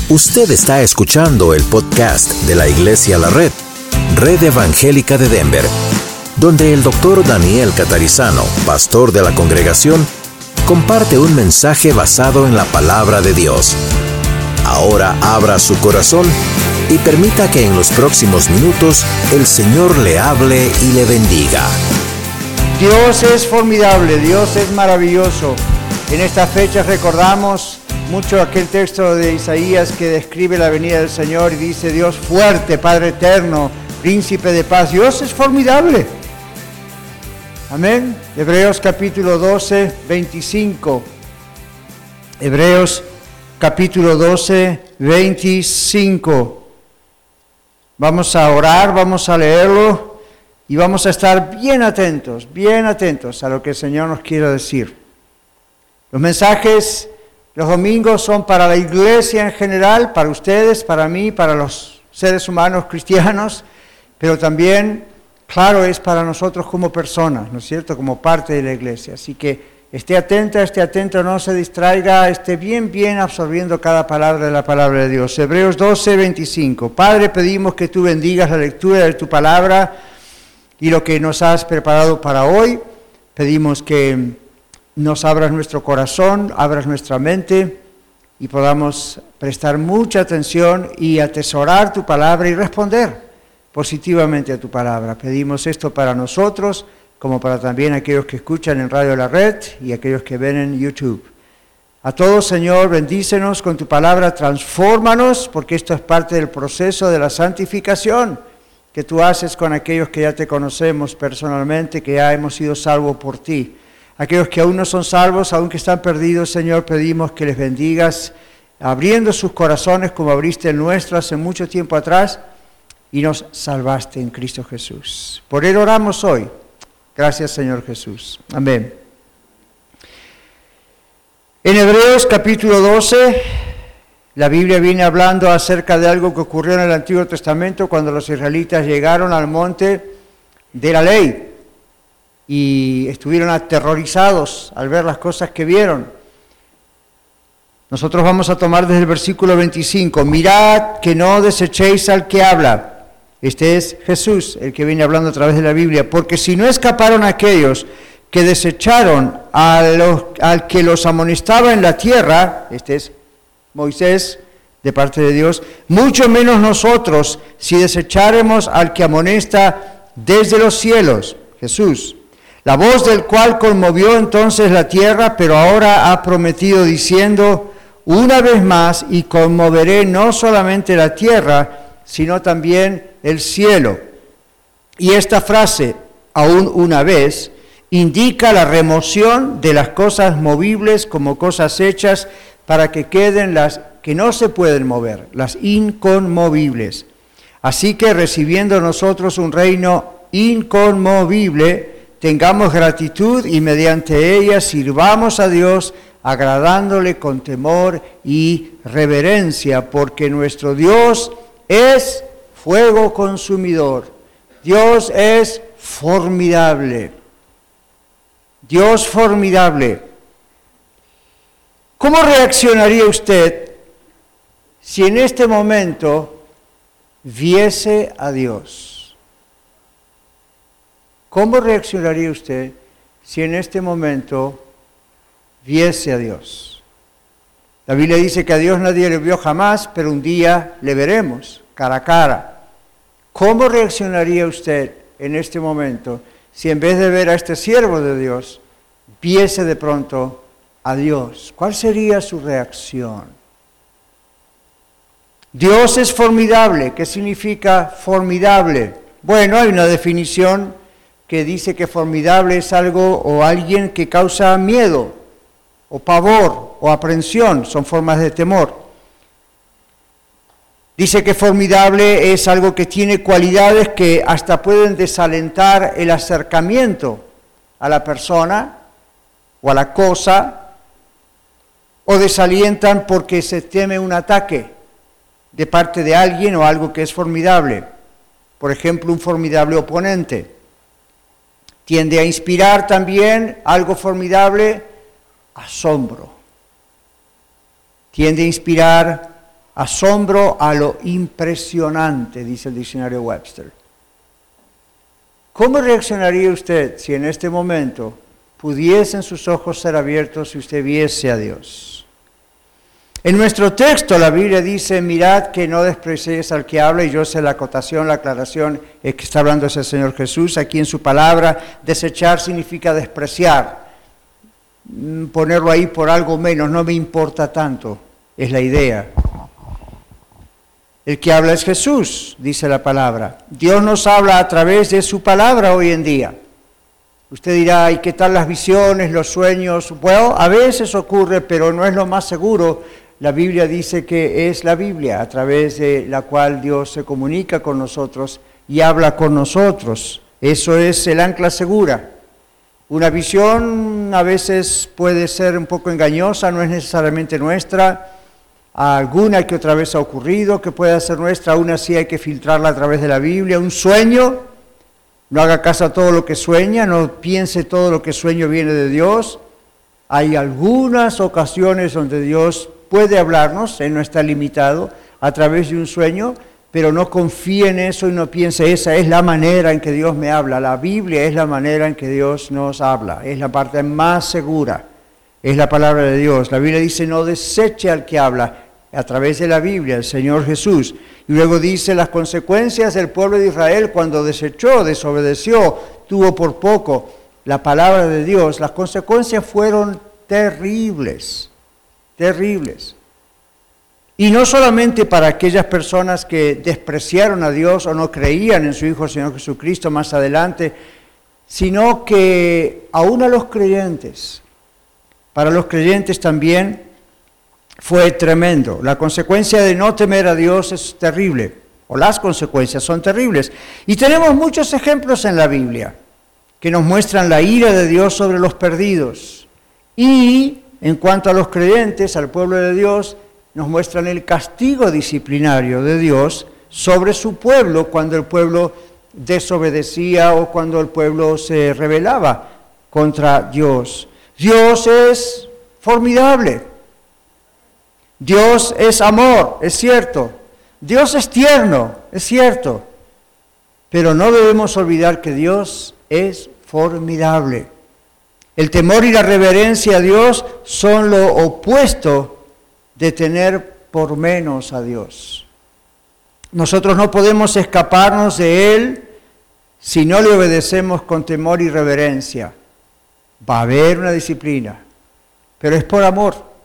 Usted está escuchando el podcast de la Iglesia La Red, Red Evangélica de Denver, donde el Dr. Daniel Catarizano, pastor de la congregación, comparte un mensaje basado en la palabra de Dios. Ahora abra su corazón y permita que en los próximos minutos el Señor le hable y le bendiga. Dios es formidable, Dios es maravilloso. En estas fechas recordamos mucho aquel texto de Isaías que describe la venida del Señor y dice: Dios fuerte, Padre eterno, príncipe de paz. Dios es formidable. Amén. Hebreos capítulo 12, 25. Hebreos capítulo 12, 25. Vamos a orar, vamos a leerlo y vamos a estar bien atentos a lo que el Señor nos quiere decir. Los mensajes los domingos son para la iglesia en general, para ustedes, para mí, para los seres humanos cristianos, pero también, claro, es para nosotros como personas, ¿no es cierto?, como parte de la iglesia. Así que esté atento, no se distraiga, esté bien absorbiendo cada palabra de la palabra de Dios. Hebreos 12, 25. Padre, pedimos que tú bendigas la lectura de tu palabra y lo que nos has preparado para hoy. Pedimos que nos abras nuestro corazón, abras nuestra mente y podamos prestar mucha atención y atesorar tu palabra y responder positivamente a tu palabra. Pedimos esto para nosotros, como para también aquellos que escuchan en Radio La Red y aquellos que ven en YouTube. A todos, Señor, bendícenos con tu palabra, transfórmanos, porque esto es parte del proceso de la santificación que tú haces con aquellos que ya te conocemos personalmente, que ya hemos sido salvos por ti. Aquellos que aún no son salvos, aún que están perdidos, Señor, pedimos que les bendigas, abriendo sus corazones como abriste el nuestro hace mucho tiempo atrás y nos salvaste en Cristo Jesús. Por Él oramos hoy. Gracias, Señor Jesús. Amén. En Hebreos capítulo 12, la Biblia viene hablando acerca de algo que ocurrió en el Antiguo Testamento cuando los israelitas llegaron al monte de la ley y estuvieron aterrorizados al ver las cosas que vieron. Nosotros vamos a tomar desde el versículo 25. Mirad que no desechéis al que habla. Este es Jesús, el que viene hablando a través de la Biblia. Porque si no escaparon aquellos que desecharon al que los amonestaba en la tierra, este es Moisés, de parte de Dios, mucho menos nosotros, si desecháremos al que amonesta desde los cielos, Jesús. La voz del cual conmovió entonces la tierra, pero ahora ha prometido diciendo: una vez más, y conmoveré no solamente la tierra, sino también el cielo. Y esta frase, aún una vez, indica la remoción de las cosas movibles como cosas hechas para que queden las que no se pueden mover, las inconmovibles. Así que recibiendo nosotros un reino inconmovible, tengamos gratitud y mediante ella sirvamos a Dios, agradándole con temor y reverencia, porque nuestro Dios es fuego consumidor. Dios es formidable. Dios formidable. ¿Cómo reaccionaría usted si en este momento viese a Dios? ¿Cómo reaccionaría usted si en este momento viese a Dios? La Biblia dice que a Dios nadie le vio jamás, pero un día le veremos cara a cara. ¿Cómo reaccionaría usted en este momento si en vez de ver a este siervo de Dios, viese de pronto a Dios? ¿Cuál sería su reacción? Dios es formidable. ¿Qué significa formidable? Bueno, hay una definición que dice que formidable es algo o alguien que causa miedo, o pavor, o aprensión, son formas de temor. Dice que formidable es algo que tiene cualidades que hasta pueden desalentar el acercamiento a la persona o a la cosa, o desalientan porque se teme un ataque de parte de alguien o algo que es formidable. Por ejemplo, un formidable oponente. Tiende a inspirar también algo formidable, asombro. Tiende a inspirar Asombro a lo impresionante, dice el diccionario Webster. ¿Cómo reaccionaría usted si en este momento pudiesen sus ojos ser abiertos y usted viese a Dios? En nuestro texto la Biblia dice, mirad que no despreciéis al que habla, y yo sé la acotación, la aclaración, es que está hablando ese Señor Jesús. Aquí en su palabra, desechar significa despreciar, ponerlo ahí por algo menos, no me importa tanto, es la idea. El que habla es Jesús, dice la palabra. Dios nos habla a través de su palabra hoy en día. Usted dirá, ¿y qué tal las visiones, los sueños? Bueno, a veces ocurre, pero no es lo más seguro. La Biblia dice que es la Biblia a través de la cual Dios se comunica con nosotros y habla con nosotros. Eso es el ancla segura. Una visión a veces puede ser un poco engañosa, no es necesariamente nuestra. Alguna que otra vez ha ocurrido que pueda ser nuestra, aún así hay que filtrarla a través de la Biblia. Un sueño, no haga caso a todo lo que sueña, no piense todo lo que sueño viene de Dios. Hay algunas ocasiones donde Dios puede hablarnos, Él no está limitado, a través de un sueño, pero no confíe en eso y no piense, esa es la manera en que Dios me habla. La Biblia es la manera en que Dios nos habla, es la parte más segura, es la palabra de Dios. La Biblia dice, no deseche al que habla, a través de la Biblia, el Señor Jesús. Y luego dice, las consecuencias del pueblo de Israel cuando desechó, desobedeció, tuvo por poco la palabra de Dios, las consecuencias fueron terribles, terribles. Y no solamente para aquellas personas que despreciaron a Dios o no creían en su Hijo, el Señor Jesucristo más adelante, sino que aún a los creyentes, para los creyentes también, fue tremendo. La consecuencia de no temer a Dios es terrible, o las consecuencias son terribles. Y tenemos muchos ejemplos en la Biblia que nos muestran la ira de Dios sobre los perdidos. Y en cuanto a los creyentes, al pueblo de Dios, nos muestran el castigo disciplinario de Dios sobre su pueblo cuando el pueblo desobedecía o cuando el pueblo se rebelaba contra Dios. Dios es formidable. Dios es amor, es cierto. Dios es tierno, es cierto. Pero no debemos olvidar que Dios es formidable. El temor y la reverencia a Dios son lo opuesto de tener por menos a Dios. Nosotros no podemos escaparnos de Él si no le obedecemos con temor y reverencia. Va a haber una disciplina, pero es por amor.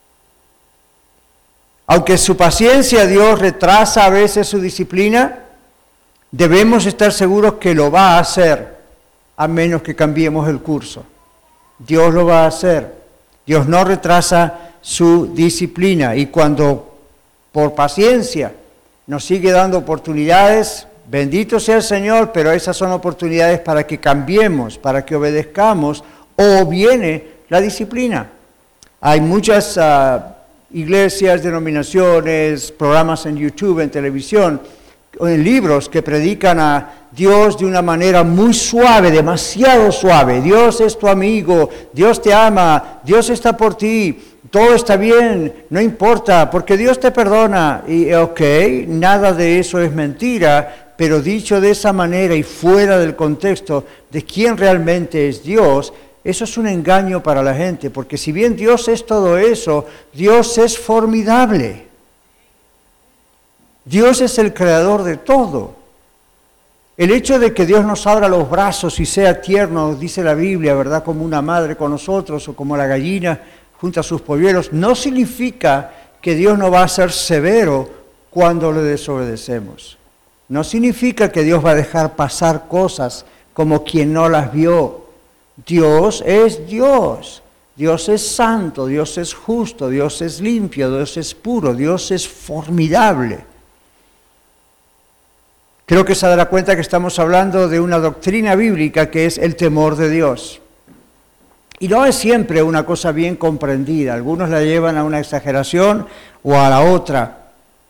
Aunque su paciencia, Dios retrasa a veces su disciplina, debemos estar seguros que lo va a hacer, a menos que cambiemos el curso. Dios lo va a hacer. Dios no retrasa su disciplina. Y cuando por paciencia nos sigue dando oportunidades, bendito sea el Señor, pero esas son oportunidades para que cambiemos, para que obedezcamos, o viene la disciplina. Hay muchas iglesias, denominaciones, programas en YouTube, en televisión, en libros que predican a Dios de una manera muy suave, demasiado suave. Dios es tu amigo, Dios te ama, Dios está por ti, todo está bien, no importa, porque Dios te perdona. Y nada de eso es mentira, pero dicho de esa manera y fuera del contexto de quién realmente es Dios, eso es un engaño para la gente, porque si bien Dios es todo eso, Dios es formidable. Dios es el creador de todo. El hecho de que Dios nos abra los brazos y sea tierno, dice la Biblia, ¿verdad?, como una madre con nosotros o como la gallina junto a sus polluelos, no significa que Dios no va a ser severo cuando le desobedecemos. No significa que Dios va a dejar pasar cosas como quien no las vio. Dios es Dios. Dios es santo, Dios es justo, Dios es limpio, Dios es puro, Dios es formidable. Creo que se dará cuenta que estamos hablando de una doctrina bíblica que es el temor de Dios. Y no es siempre una cosa bien comprendida. Algunos la llevan a una exageración o a la otra.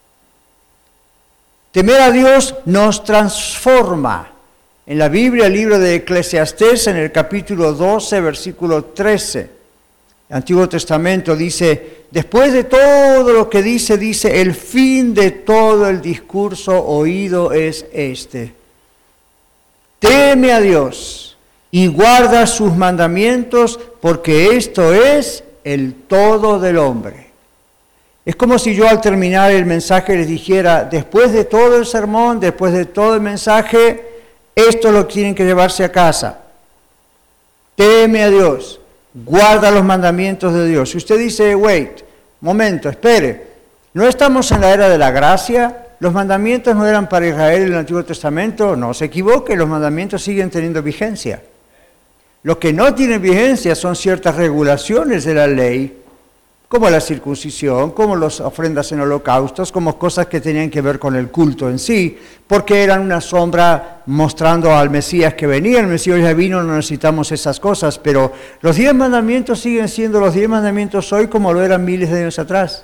Temer a Dios nos transforma. En la Biblia, el libro de Eclesiastés, en el capítulo 12, versículo 13, El Antiguo Testamento dice, después de todo lo que dice, el fin de todo el discurso oído es este: teme a Dios y guarda sus mandamientos, porque esto es el todo del hombre. Es como si yo al terminar el mensaje les dijera, después de todo el sermón, después de todo el mensaje, esto lo tienen que llevarse a casa. Teme a Dios, guarda los mandamientos de Dios. Si usted dice, wait, momento, espere, ¿no estamos en la era de la gracia? ¿Los mandamientos no eran para Israel en el Antiguo Testamento? No se equivoque, los mandamientos siguen teniendo vigencia. Lo que no tiene vigencia son ciertas regulaciones de la ley, como la circuncisión, como las ofrendas en holocaustos, como cosas que tenían que ver con el culto en sí, porque eran una sombra mostrando al Mesías que venía. El Mesías ya vino, no necesitamos esas cosas, pero los 10 mandamientos siguen siendo los 10 mandamientos hoy como lo eran miles de años atrás.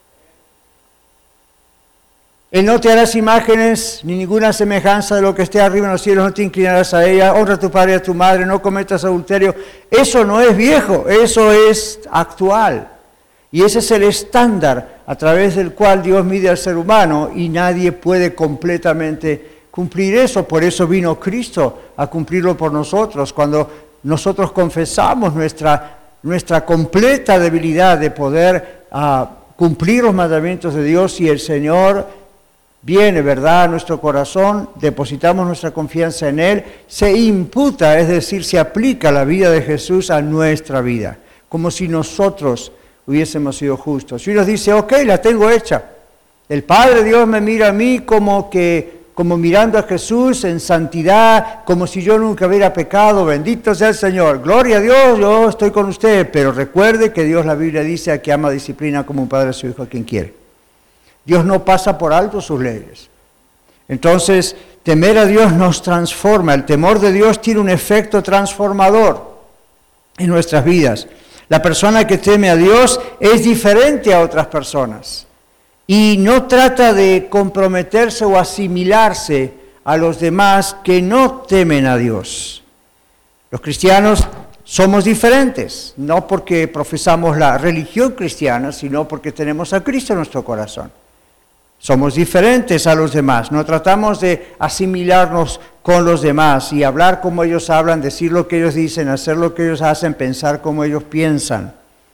No te harás imágenes ni ninguna semejanza de lo que esté arriba en los cielos, no te inclinarás a ella, honra a tu padre y a tu madre, no cometas adulterio. Eso no es viejo, eso es actual. Y ese es el estándar a través del cual Dios mide al ser humano, y nadie puede completamente cumplir eso. Por eso vino Cristo a cumplirlo por nosotros. Cuando nosotros confesamos nuestra completa debilidad de poder cumplir los mandamientos de Dios, y el Señor viene, ¿verdad?, a nuestro corazón, depositamos nuestra confianza en Él, se imputa, es decir, se aplica la vida de Jesús a nuestra vida, como si nosotros hubiésemos sido justos. Y nos dice, ok, la tengo hecha. El Padre Dios me mira a mí como mirando a Jesús en santidad, como si yo nunca hubiera pecado. Bendito sea el Señor. Gloria a Dios, yo estoy con usted. Pero recuerde que Dios, la Biblia dice, que ama, disciplina como un padre a su hijo a quien quiere. Dios no pasa por alto sus leyes. Entonces, temer a Dios nos transforma. El temor de Dios tiene un efecto transformador en nuestras vidas. La persona que teme a Dios es diferente a otras personas y no trata de comprometerse o asimilarse a los demás que no temen a Dios. Los cristianos somos diferentes, no porque profesamos la religión cristiana, sino porque tenemos a Cristo en nuestro corazón. Somos diferentes a los demás, no tratamos de asimilarnos con los demás y hablar como ellos hablan, decir lo que ellos dicen, hacer lo que ellos hacen, pensar como ellos piensan.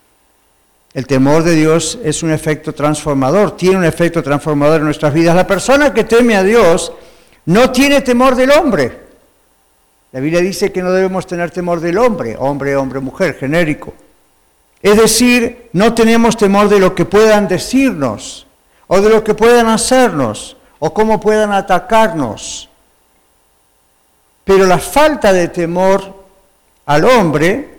El temor de Dios es un efecto transformador, tiene un efecto transformador en nuestras vidas. La persona que teme a Dios no tiene temor del hombre. La Biblia dice que no debemos tener temor del hombre, hombre, mujer, genérico. Es decir, no tenemos temor de lo que puedan decirnos, o de lo que puedan hacernos, o cómo puedan atacarnos. Pero la falta de temor al hombre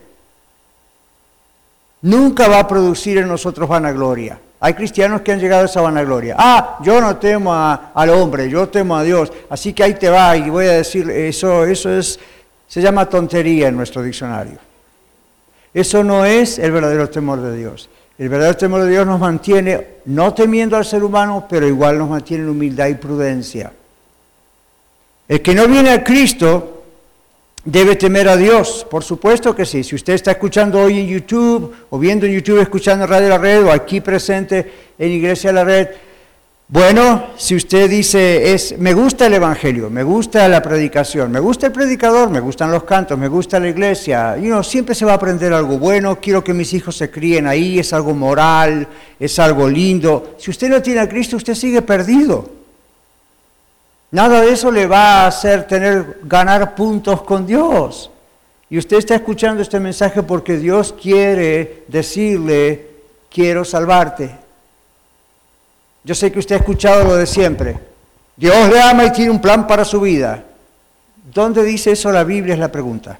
nunca va a producir en nosotros vanagloria. Hay cristianos que han llegado a esa vanagloria. Yo no temo al hombre, yo temo a Dios, así que ahí te va, y voy a decir, eso se llama tontería en nuestro diccionario. Eso no es el verdadero temor de Dios. El verdadero temor de Dios nos mantiene, no temiendo al ser humano, pero igual nos mantiene en humildad y prudencia. El que no viene a Cristo debe temer a Dios, por supuesto que sí. Si usted está escuchando hoy en YouTube, o viendo en YouTube, escuchando en Radio La Red, o aquí presente en Iglesia La Red, bueno, si usted dice, me gusta el Evangelio, me gusta la predicación, me gusta el predicador, me gustan los cantos, me gusta la iglesia, siempre se va a aprender algo bueno, quiero que mis hijos se críen ahí, es algo moral, es algo lindo. Si usted no tiene a Cristo, usted sigue perdido. Nada de eso le va a hacer ganar puntos con Dios. Y usted está escuchando este mensaje porque Dios quiere decirle, quiero salvarte. Yo sé que usted ha escuchado lo de siempre. Dios le ama y tiene un plan para su vida. ¿Dónde dice eso la Biblia? Es la pregunta.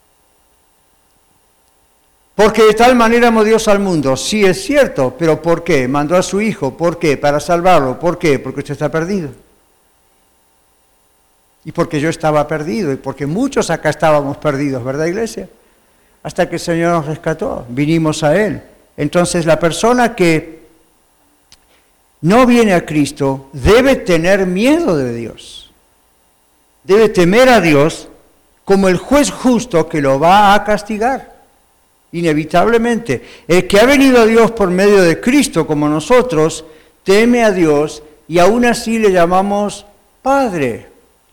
Porque de tal manera amó Dios al mundo. Sí, es cierto, pero ¿por qué? Mandó a su Hijo. ¿Por qué? Para salvarlo. ¿Por qué? Porque usted está perdido. Y porque yo estaba perdido. Y porque muchos acá estábamos perdidos, ¿verdad, iglesia? Hasta que el Señor nos rescató. Vinimos a Él. Entonces la persona que no viene a Cristo debe tener miedo de Dios. Debe temer a Dios como el juez justo que lo va a castigar. inevitablemente. El que ha venido a Dios por medio de Cristo, como nosotros, teme a Dios y aún así le llamamos Padre.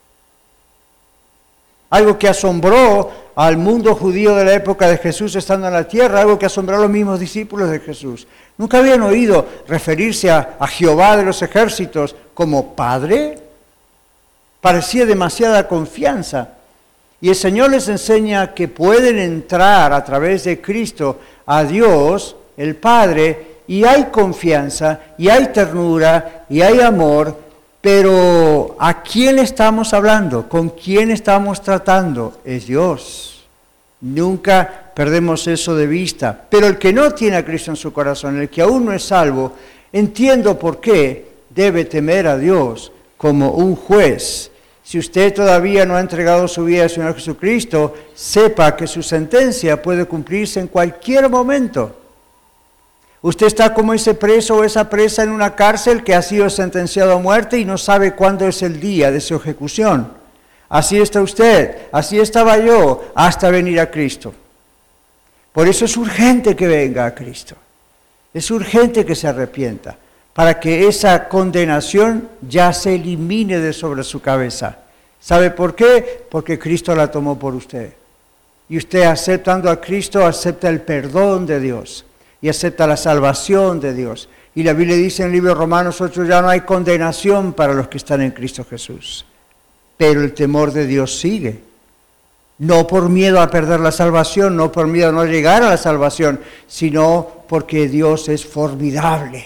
Algo que asombró al mundo judío de la época de Jesús estando en la tierra, algo que asombró a los mismos discípulos de Jesús. Nunca habían oído referirse a Jehová de los ejércitos como Padre. Parecía demasiada confianza. Y el Señor les enseña que pueden entrar a través de Cristo a Dios, el Padre, y hay confianza, y hay ternura, y hay amor, pero ¿a quién estamos hablando? ¿Con quién estamos tratando? Es Dios. Nunca perdemos eso de vista. Pero el que no tiene a Cristo en su corazón, el que aún no es salvo, entiendo por qué debe temer a Dios como un juez. Si usted todavía no ha entregado su vida al Señor Jesucristo, sepa que su sentencia puede cumplirse en cualquier momento. Usted está como ese preso o esa presa en una cárcel que ha sido sentenciado a muerte y no sabe cuándo es el día de su ejecución. Así está usted, así estaba yo, hasta venir a Cristo. Por eso es urgente que venga a Cristo. Es urgente que se arrepienta, para que esa condenación ya se elimine de sobre su cabeza. ¿Sabe por qué? Porque Cristo la tomó por usted. Y usted, aceptando a Cristo, acepta el perdón de Dios y acepta la salvación de Dios. Y la Biblia dice en el libro de Romanos 8, ya no hay condenación para los que están en Cristo Jesús. Pero el temor de Dios sigue. No por miedo a perder la salvación, no por miedo a no llegar a la salvación, sino porque Dios es formidable.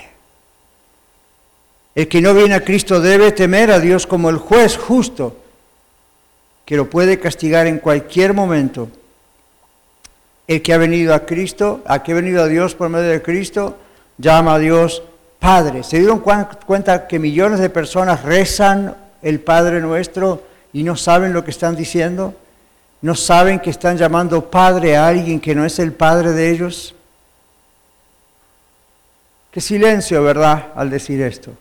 El que no viene a Cristo debe temer a Dios como el juez justo, que lo puede castigar en cualquier momento. El que ha venido a Cristo, el que ha venido a Dios por medio de Cristo, llama a Dios Padre. ¿Se dieron cuenta que millones de personas rezan el Padre Nuestro y no saben lo que están diciendo? ¿No saben que están llamando Padre a alguien que no es el Padre de ellos? Qué silencio, ¿verdad?, al decir esto.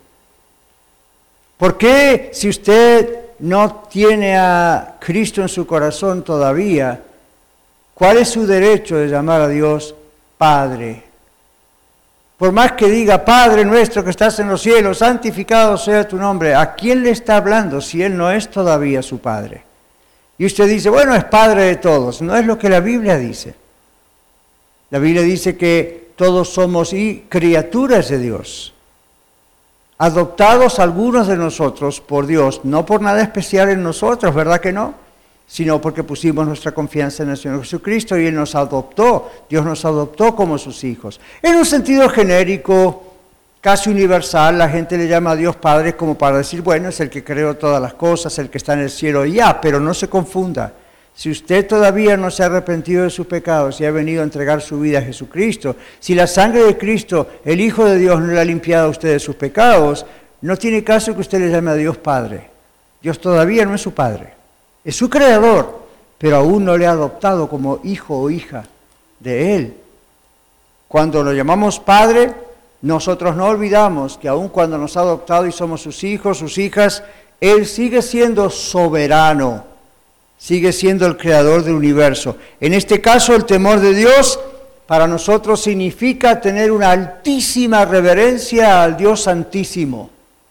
¿Por qué, si usted no tiene a Cristo en su corazón todavía, cuál es su derecho de llamar a Dios Padre? Por más que diga, Padre nuestro que estás en los cielos, santificado sea tu nombre, ¿a quién le está hablando si Él no es todavía su Padre? Y usted dice, bueno, es Padre de todos. No es lo que la Biblia dice. La Biblia dice que todos somos criaturas de Dios, adoptados algunos de nosotros por Dios, no por nada especial en nosotros, ¿verdad que no? Sino porque pusimos nuestra confianza en el Señor Jesucristo y Él nos adoptó, Dios nos adoptó como sus hijos. En un sentido genérico, casi universal, la gente le llama a Dios Padre como para decir, bueno, es el que creó todas las cosas, el que está en el cielo y ya, pero no se confunda. Si usted todavía no se ha arrepentido de sus pecados y ha venido a entregar su vida a Jesucristo, si la sangre de Cristo, el Hijo de Dios, no le ha limpiado a usted de sus pecados, no tiene caso que usted le llame a Dios Padre. Dios todavía no es su Padre. Es su Creador, pero aún no le ha adoptado como hijo o hija de Él. Cuando lo llamamos Padre, nosotros no olvidamos que aun cuando nos ha adoptado y somos sus hijos, sus hijas, Él sigue siendo soberano, sigue siendo el creador del universo. En este caso, el temor de Dios para nosotros significa tener una altísima reverencia al Dios Santísimo.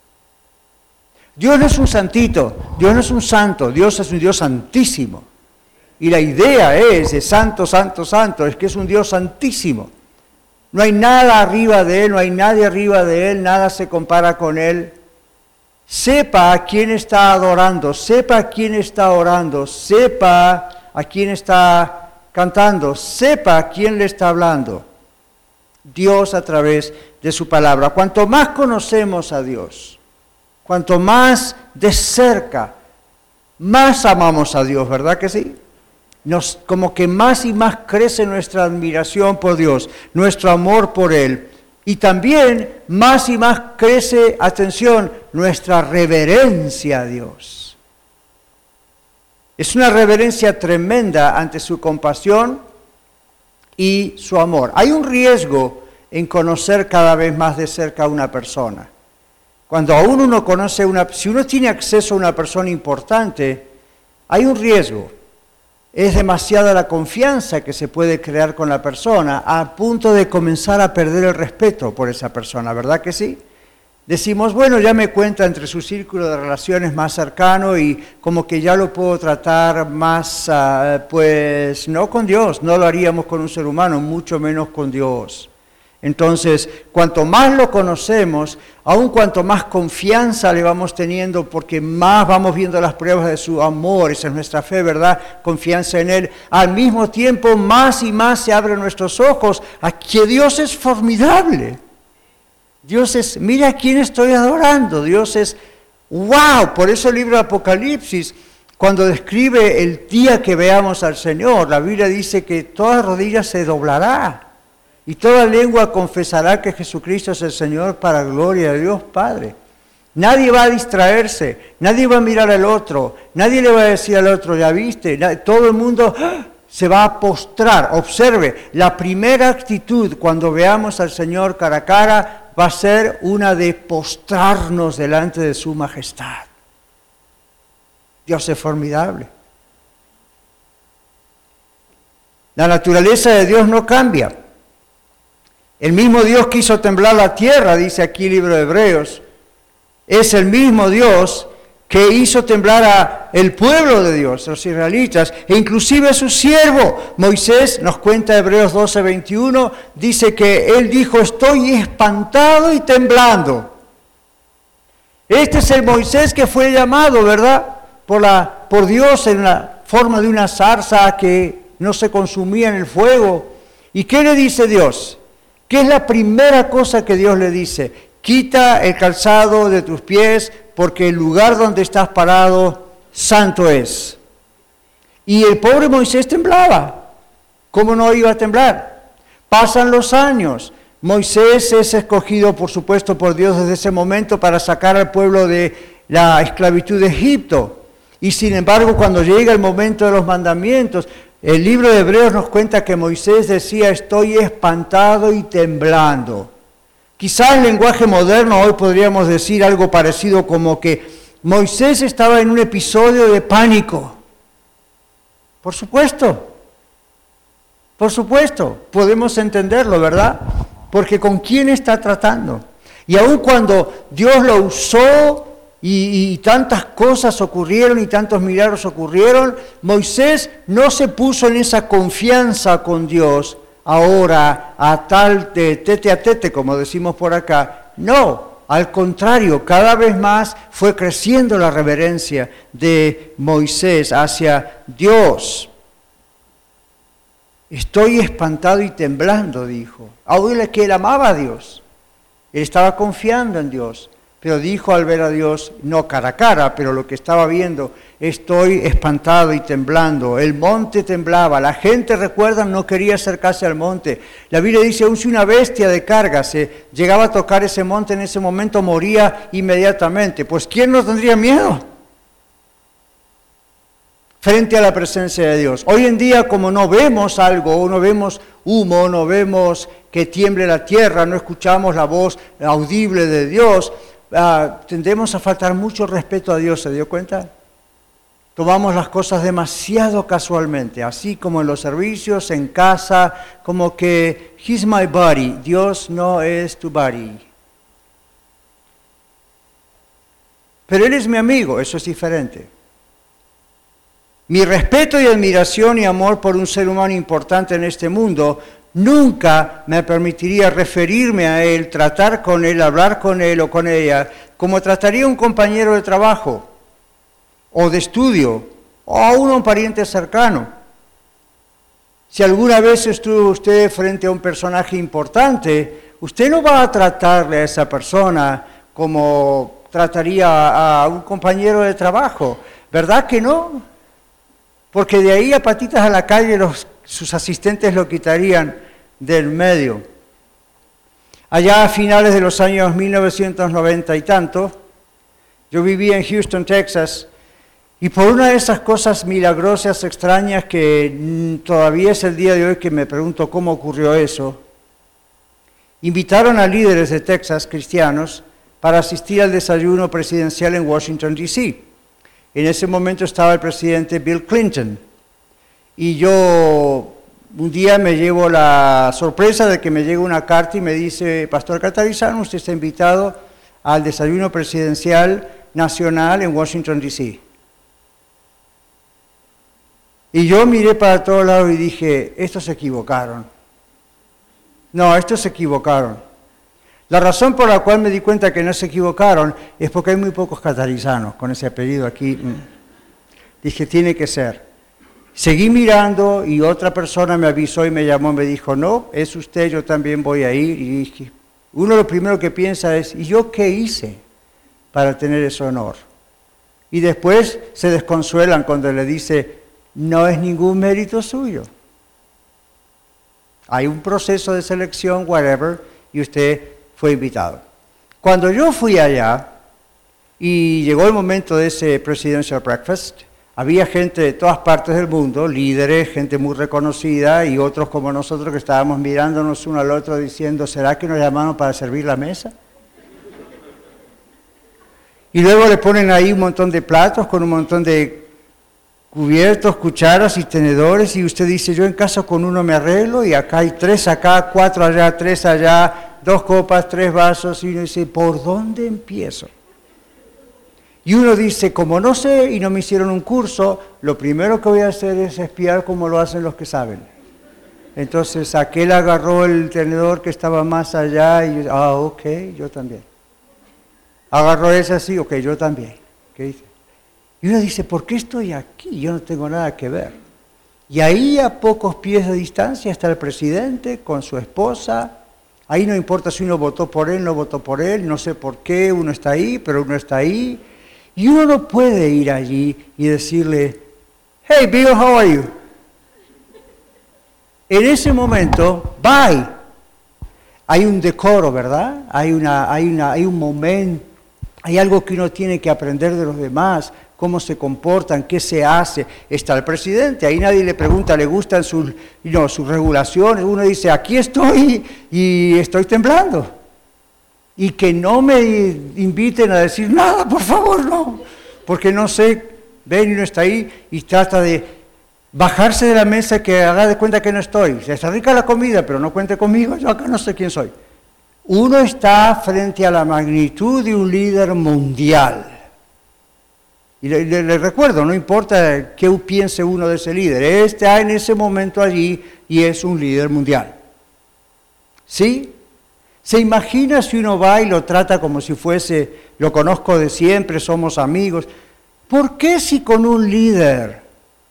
Dios no es un santito, Dios no es un santo, Dios es un Dios santísimo. Y la idea es de santo, santo, santo, es que es un Dios santísimo. No hay nada arriba de Él, no hay nadie arriba de Él, nada se compara con Él. Sepa a quién está adorando, sepa a quién está orando, sepa a quién está cantando, sepa a quién le está hablando. Dios a través de su palabra. Cuanto más conocemos a Dios, cuanto más de cerca, más amamos a Dios, ¿verdad que sí? Como que más y más crece nuestra admiración por Dios, nuestro amor por Él. Y también más y más crece, atención, nuestra reverencia a Dios. Es una reverencia tremenda ante su compasión y su amor. Hay un riesgo en conocer cada vez más de cerca a una persona. Cuando aún uno conoce si uno tiene acceso a una persona importante, hay un riesgo. es demasiada la confianza que se puede crear con la persona, a punto de comenzar a perder el respeto por esa persona, ¿verdad que sí? Decimos, bueno, ya me cuenta entre su círculo de relaciones más cercano y como que ya lo puedo tratar más, pues no con Dios, no lo haríamos con un ser humano, mucho menos con Dios. Entonces, cuanto más lo conocemos, aun cuanto más confianza le vamos teniendo, porque más vamos viendo las pruebas de su amor, esa es nuestra fe, ¿verdad? Confianza en Él. Al mismo tiempo, más y más se abren nuestros ojos a que Dios es formidable. Dios es, mira a quién estoy adorando. Dios es, wow. Por eso el libro de Apocalipsis, cuando describe el día que veamos al Señor, la Biblia dice que toda rodilla se doblará. Y toda lengua confesará que Jesucristo es el Señor para gloria de Dios Padre. Nadie va a distraerse, nadie va a mirar al otro, nadie le va a decir al otro, ya viste, todo el mundo se va a postrar. Observe, la primera actitud cuando veamos al Señor cara a cara va a ser una de postrarnos delante de su majestad. Dios es formidable. La naturaleza de Dios no cambia. El mismo Dios que hizo temblar la tierra, dice aquí el libro de Hebreos, es el mismo Dios que hizo temblar a el pueblo de Dios, los israelitas, e inclusive a su siervo Moisés. Nos cuenta Hebreos 12:21, dice que él dijo, estoy espantado y temblando. Este es el Moisés que fue llamado, ¿verdad?, por Dios en la forma de una zarza que no se consumía en el fuego. ¿Y qué le dice Dios? ¿Qué es la primera cosa que Dios le dice? Quita el calzado de tus pies, porque el lugar donde estás parado, santo es. Y el pobre Moisés temblaba. ¿Cómo no iba a temblar? Pasan los años. Moisés es escogido, por supuesto, por Dios desde ese momento para sacar al pueblo de la esclavitud de Egipto. Y sin embargo, cuando llega el momento de los mandamientos, el libro de Hebreos nos cuenta que Moisés decía, estoy espantado y temblando. Quizás en lenguaje moderno hoy podríamos decir algo parecido como que Moisés estaba en un episodio de pánico. Por supuesto, podemos entenderlo, ¿verdad? Porque ¿con quién está tratando? Y aun cuando Dios lo usó, y tantas cosas ocurrieron y tantos milagros ocurrieron, Moisés no se puso en esa confianza con Dios ahora a tal de tete a tete, como decimos por acá. No, al contrario, cada vez más fue creciendo la reverencia de Moisés hacia Dios. Estoy espantado y temblando, dijo. Ahora que él amaba a Dios, él estaba confiando en Dios. Pero dijo al ver a Dios, no cara a cara, pero lo que estaba viendo, estoy espantado y temblando. El monte temblaba, la gente, recuerdan, no quería acercarse al monte. La Biblia dice, aun si una bestia de carga se llegaba a tocar ese monte, en ese momento moría inmediatamente. Pues ¿quién no tendría miedo frente a la presencia de Dios? Hoy en día, como no vemos algo, no vemos humo, no vemos que tiemble la tierra, no escuchamos la voz audible de Dios, tendemos a faltar mucho respeto a Dios, ¿se dio cuenta? Tomamos las cosas demasiado casualmente, así como en los servicios, en casa, como que He's my buddy, Dios no es tu buddy. Pero Él es mi amigo, eso es diferente. Mi respeto y admiración y amor por un ser humano importante en este mundo nunca me permitiría referirme a él, tratar con él, hablar con él o con ella, como trataría un compañero de trabajo o de estudio o a un pariente cercano. Si alguna vez estuvo usted frente a un personaje importante, usted no va a tratarle a esa persona como trataría a un compañero de trabajo, ¿verdad que no? Porque de ahí a patitas a la calle sus asistentes lo quitarían del medio. Allá a finales de los años 1990 y tanto, yo vivía en Houston, Texas, y por una de esas cosas milagrosas, extrañas, que todavía es el día de hoy que me pregunto cómo ocurrió eso, invitaron a líderes de Texas, cristianos, para asistir al desayuno presidencial en Washington, D.C. En ese momento estaba el presidente Bill Clinton. Y yo un día me llevo la sorpresa de que me llega una carta y me dice, Pastor Catarizano, usted está invitado al desayuno presidencial nacional en Washington, D.C. Y yo miré para todos lados y dije, estos se equivocaron. No, estos se equivocaron. La razón por la cual me di cuenta que no se equivocaron es porque hay muy pocos catarizanos con ese apellido aquí. Dije, tiene que ser. Seguí mirando y otra persona me avisó y me llamó y me dijo, no, es usted, yo también voy a ir. Y dije, uno lo primero que piensa es, ¿y yo qué hice para tener ese honor? Y después se desconsuelan cuando le dice, no es ningún mérito suyo. Hay un proceso de selección, whatever, y usted fue invitado. Cuando yo fui allá y llegó el momento de ese Presidential Breakfast, había gente de todas partes del mundo, líderes, gente muy reconocida y otros como nosotros que estábamos mirándonos uno al otro diciendo, ¿será que nos llamaron para servir la mesa? Y luego le ponen ahí un montón de platos con un montón de cubiertos, cucharas y tenedores y usted dice, yo en casa con uno me arreglo y acá hay 3 acá, 4 allá, 3 allá, 2 copas, 3 vasos y uno dice, ¿por dónde empiezo? Y uno dice, como no sé y no me hicieron un curso, lo primero que voy a hacer es espiar cómo lo hacen los que saben. Entonces aquel agarró el tenedor que estaba más allá y yo, ok, yo también. Agarró ese así, ok, yo también. ¿Qué dice? Y uno dice, ¿por qué estoy aquí? Yo no tengo nada que ver. Y ahí a pocos pies de distancia está el presidente con su esposa. Ahí no importa si uno votó por él, no votó por él, no sé por qué uno está ahí, pero uno está ahí. Y uno no puede ir allí y decirle, hey Bill, how are you? En ese momento, bye. Hay un decoro, ¿verdad? Hay un momento, hay algo que uno tiene que aprender de los demás, cómo se comportan, qué se hace. Está el presidente, ahí nadie le pregunta, ¿le gustan sus regulaciones? Uno dice, aquí estoy y estoy temblando. Y que no me inviten a decir nada, por favor, no. Porque no sé, ven y no está ahí y trata de bajarse de la mesa y que haga de cuenta que no estoy. Está rica la comida, pero no cuente conmigo, yo acá no sé quién soy. Uno está frente a la magnitud de un líder mundial. Y le recuerdo, no importa qué piense uno de ese líder, está en ese momento allí y es un líder mundial. ¿Sí? ¿Se imagina si uno va y lo trata como si fuese, lo conozco de siempre, somos amigos? ¿Por qué si con un líder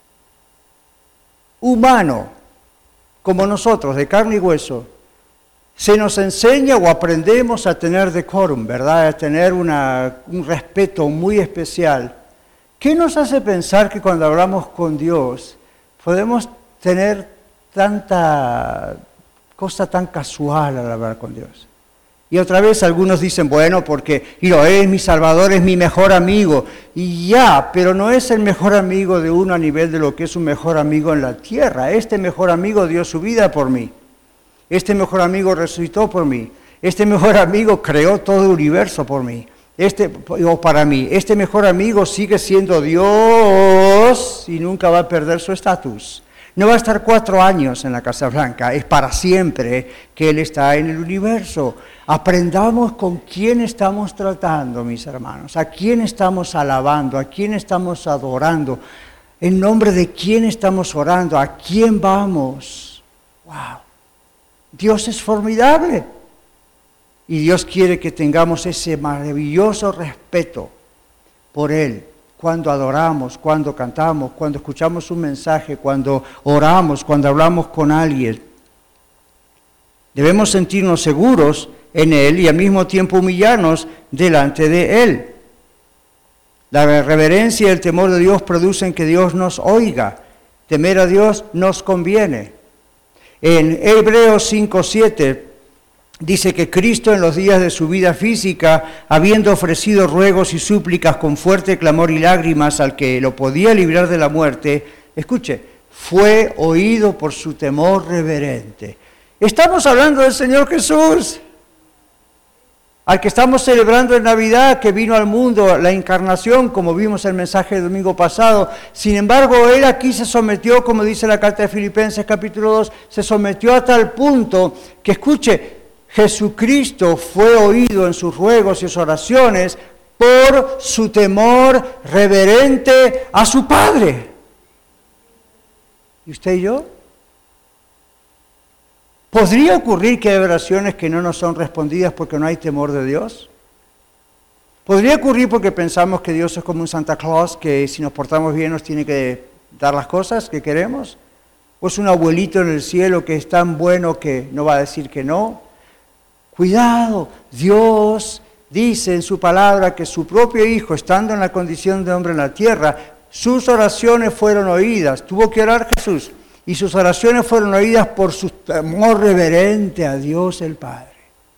humano, como nosotros, de carne y hueso, se nos enseña o aprendemos a tener decorum, ¿verdad? A tener un respeto muy especial? ¿Qué nos hace pensar que cuando hablamos con Dios podemos tener tanta cosa tan casual al hablar con Dios? Y otra vez algunos dicen, bueno, porque es mi Salvador, es mi mejor amigo. Y ya, pero no es el mejor amigo de uno a nivel de lo que es un mejor amigo en la tierra. Este mejor amigo dio su vida por mí. Este mejor amigo resucitó por mí. Este mejor amigo creó todo el universo por mí. Para mí. Este mejor amigo sigue siendo Dios y nunca va a perder su estatus. No va a estar 4 años en la Casa Blanca, es para siempre que Él está en el universo. Aprendamos con quién estamos tratando, mis hermanos, a quién estamos alabando, a quién estamos adorando, en nombre de quién estamos orando, a quién vamos. ¡Wow! Dios es formidable y Dios quiere que tengamos ese maravilloso respeto por Él. Cuando adoramos, cuando cantamos, cuando escuchamos un mensaje, cuando oramos, cuando hablamos con alguien. Debemos sentirnos seguros en Él y al mismo tiempo humillarnos delante de Él. La reverencia y el temor de Dios producen que Dios nos oiga. Temer a Dios nos conviene. En Hebreos 5:7 dice que Cristo en los días de su vida física, habiendo ofrecido ruegos y súplicas con fuerte clamor y lágrimas al que lo podía librar de la muerte, escuche, fue oído por su temor reverente. Estamos hablando del Señor Jesús. al que estamos celebrando en Navidad, que vino al mundo, la encarnación, como vimos en el mensaje del domingo pasado. Sin embargo, Él aquí se sometió, como dice la carta de Filipenses capítulo 2, se sometió a tal punto que, escuche, Jesucristo fue oído en sus ruegos y sus oraciones por su temor reverente a su Padre. ¿Y usted y yo? ¿Podría ocurrir que hay oraciones que no nos son respondidas porque no hay temor de Dios? ¿Podría ocurrir porque pensamos que Dios es como un Santa Claus, que si nos portamos bien nos tiene que dar las cosas que queremos? ¿O es un abuelito en el cielo que es tan bueno que no va a decir que no? Cuidado, Dios dice en su palabra que su propio Hijo, estando en la condición de hombre en la tierra, sus oraciones fueron oídas. Tuvo que orar Jesús. Y sus oraciones fueron oídas por su temor reverente a Dios el Padre.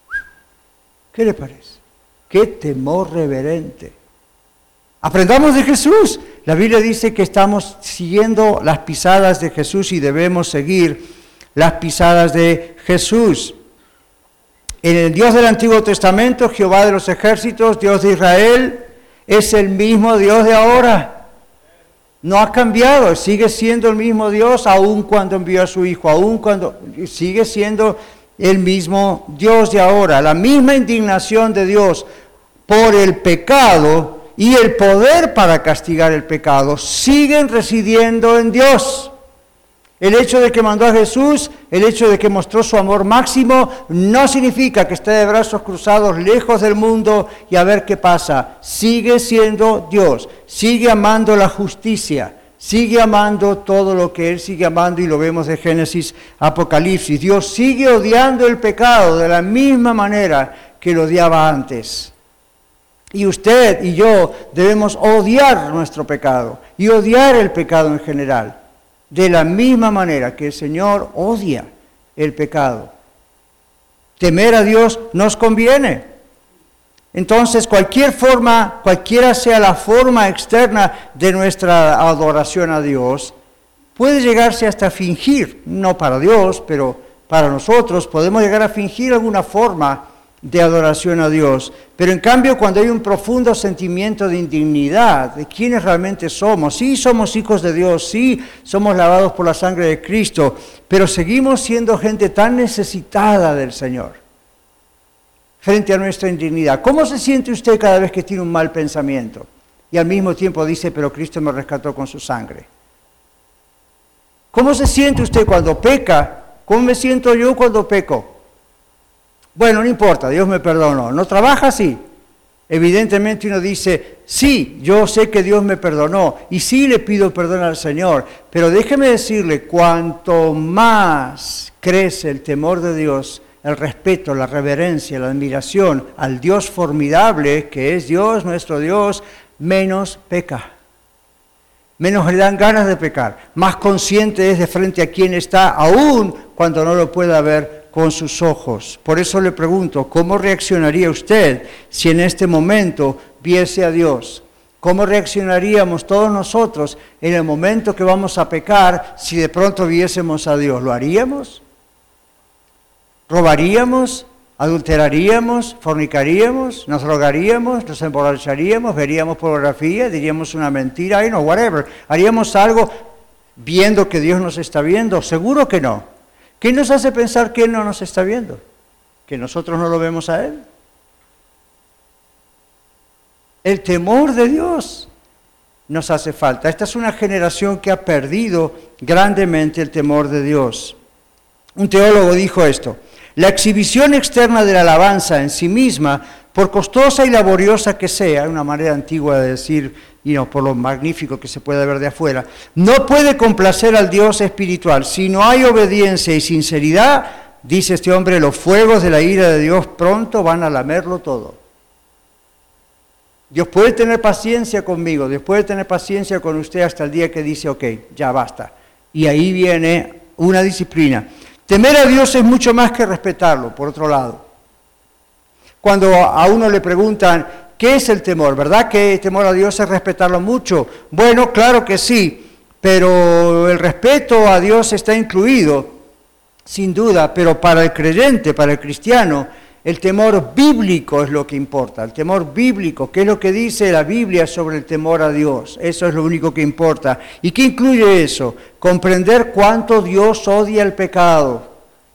¿Qué le parece? ¡Qué temor reverente! Aprendamos de Jesús. La Biblia dice que estamos siguiendo las pisadas de Jesús y debemos seguir las pisadas de Jesús. En el Dios del Antiguo Testamento, Jehová de los ejércitos, Dios de Israel, es el mismo Dios de ahora. No ha cambiado, sigue siendo el mismo Dios, aun cuando envió a su Hijo, aun cuando sigue siendo el mismo Dios de ahora. La misma indignación de Dios por el pecado y el poder para castigar el pecado siguen residiendo en Dios. El hecho de que mandó a Jesús, el hecho de que mostró su amor máximo, no significa que esté de brazos cruzados lejos del mundo y a ver qué pasa. Sigue siendo Dios, sigue amando la justicia, sigue amando todo lo que Él sigue amando, y lo vemos de Génesis a Apocalipsis. Dios sigue odiando el pecado de la misma manera que lo odiaba antes. Y usted y yo debemos odiar nuestro pecado y odiar el pecado en general, de la misma manera que el Señor odia el pecado. Temer a Dios nos conviene. Entonces, cualquiera sea la forma externa de nuestra adoración a Dios, puede llegarse hasta fingir, no para Dios, pero para nosotros, podemos llegar a fingir alguna forma de adoración a Dios. Pero en cambio, cuando hay un profundo sentimiento de indignidad de quiénes realmente somos, sí somos hijos de Dios, sí somos lavados por la sangre de Cristo, pero seguimos siendo gente tan necesitada del Señor frente a nuestra indignidad. ¿Cómo se siente usted cada vez que tiene un mal pensamiento y al mismo tiempo dice, pero Cristo me rescató con su sangre? ¿Cómo se siente usted cuando peca? ¿Cómo me siento yo cuando peco? Bueno, no importa, Dios me perdonó. ¿No trabaja así? Evidentemente uno dice, sí, yo sé que Dios me perdonó y sí le pido perdón al Señor, pero déjeme decirle, cuanto más crece el temor de Dios, el respeto, la reverencia, la admiración al Dios formidable que es Dios, nuestro Dios, menos peca. Menos le dan ganas de pecar, más consciente es de frente a quién está, aún cuando no lo pueda ver con sus ojos. Por eso le pregunto, ¿cómo reaccionaría usted si en este momento viese a Dios? ¿Cómo reaccionaríamos todos nosotros en el momento que vamos a pecar si de pronto viésemos a Dios? ¿Lo haríamos? ¿Robaríamos? ¿Adulteraríamos? ¿Fornicaríamos? ¿Nos drogaríamos? ¿Nos emborracharíamos? ¿Veríamos pornografía? ¿Diríamos una mentira? Whatever. ¿Haríamos algo viendo que Dios nos está viendo? Seguro que no. ¿Qué nos hace pensar que Él no nos está viendo? ¿Que nosotros no lo vemos a Él? El temor de Dios nos hace falta. Esta es una generación que ha perdido grandemente el temor de Dios. Un teólogo dijo esto: la exhibición externa de la alabanza en sí misma, por costosa y laboriosa que sea, una manera antigua de decir, por lo magnífico que se puede ver de afuera, no puede complacer al Dios espiritual. Si no hay obediencia y sinceridad, dice este hombre, los fuegos de la ira de Dios pronto van a lamerlo todo. Dios puede tener paciencia conmigo, Dios puede tener paciencia con usted hasta el día que dice, ok, ya basta. Y ahí viene una disciplina. Temer a Dios es mucho más que respetarlo, por otro lado. Cuando a uno le preguntan, ¿qué es el temor? ¿Verdad que el temor a Dios es respetarlo mucho? Bueno, claro que sí, pero el respeto a Dios está incluido, sin duda, pero para el creyente, para el cristiano, El temor bíblico es lo que importa, el temor bíblico, ¿qué es lo que dice la Biblia sobre el temor a Dios? Eso es lo único que importa. ¿Y qué incluye eso? Comprender cuánto Dios odia el pecado.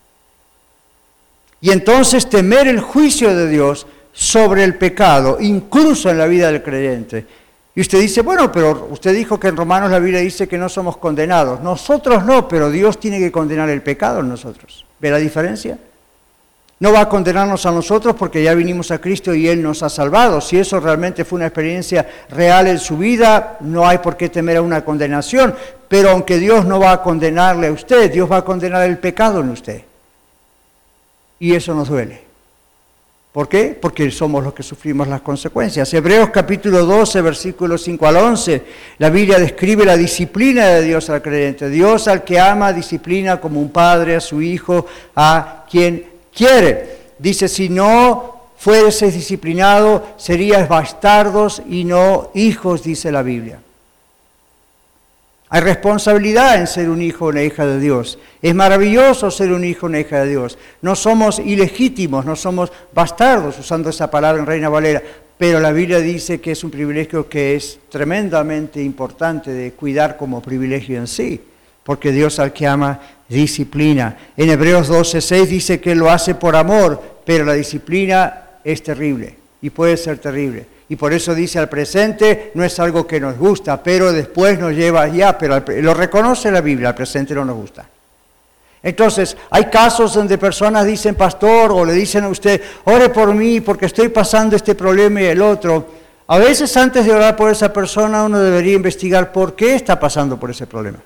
Y entonces temer el juicio de Dios sobre el pecado, incluso en la vida del creyente. Y usted dice, bueno, pero usted dijo que en Romanos la Biblia dice que no somos condenados. Nosotros no, pero Dios tiene que condenar el pecado en nosotros. ¿Ve la diferencia? No va a condenarnos a nosotros porque ya vinimos a Cristo y Él nos ha salvado. Si eso realmente fue una experiencia real en su vida, no hay por qué temer a una condenación. Pero aunque Dios no va a condenarle a usted, Dios va a condenar el pecado en usted. Y eso nos duele. ¿Por qué? Porque somos los que sufrimos las consecuencias. Hebreos capítulo 12, versículos 5 al 11, la Biblia describe la disciplina de Dios al creyente. Dios al que ama disciplina como un padre a su hijo, a quien quiere. Dice, si no fuereis disciplinado, seríais bastardos y no hijos, dice la Biblia. Hay responsabilidad en ser un hijo o una hija de Dios. Es maravilloso ser un hijo o una hija de Dios. No somos ilegítimos, no somos bastardos, usando esa palabra en Reina Valera, pero la Biblia dice que es un privilegio que es tremendamente importante de cuidar como privilegio en sí, porque Dios al que ama disciplina. En Hebreos 12:6 dice que lo hace por amor, pero la disciplina es terrible y puede ser terrible. Y por eso dice al presente no es algo que nos gusta, pero después nos lleva allá, pero lo reconoce la Biblia, al presente no nos gusta. Entonces, hay casos donde personas dicen, pastor, o le dicen a usted, ore por mí porque estoy pasando este problema y el otro. A veces antes de orar por esa persona uno debería investigar por qué está pasando por ese problema.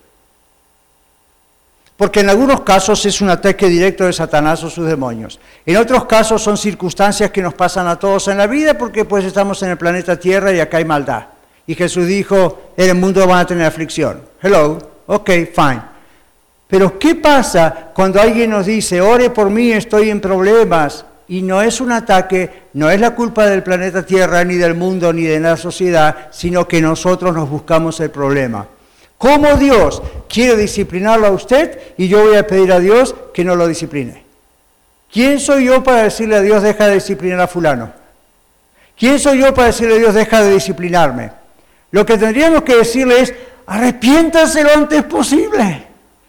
Porque en algunos casos es un ataque directo de Satanás o sus demonios. En otros casos son circunstancias que nos pasan a todos en la vida porque pues estamos en el planeta Tierra y acá hay maldad. Y Jesús dijo, en el mundo van a tener aflicción. Hello, ok, fine. Pero ¿qué pasa cuando alguien nos dice, ore por mí, estoy en problemas? Y no es un ataque, no es la culpa del planeta Tierra, ni del mundo, ni de la sociedad, sino que nosotros nos buscamos el problema. ¿Cómo Dios quiere disciplinarlo a usted y yo voy a pedir a Dios que no lo discipline? ¿Quién soy yo para decirle a Dios deja de disciplinar a fulano? ¿Quién soy yo para decirle a Dios deja de disciplinarme? Lo que tendríamos que decirle es arrepiéntase lo antes posible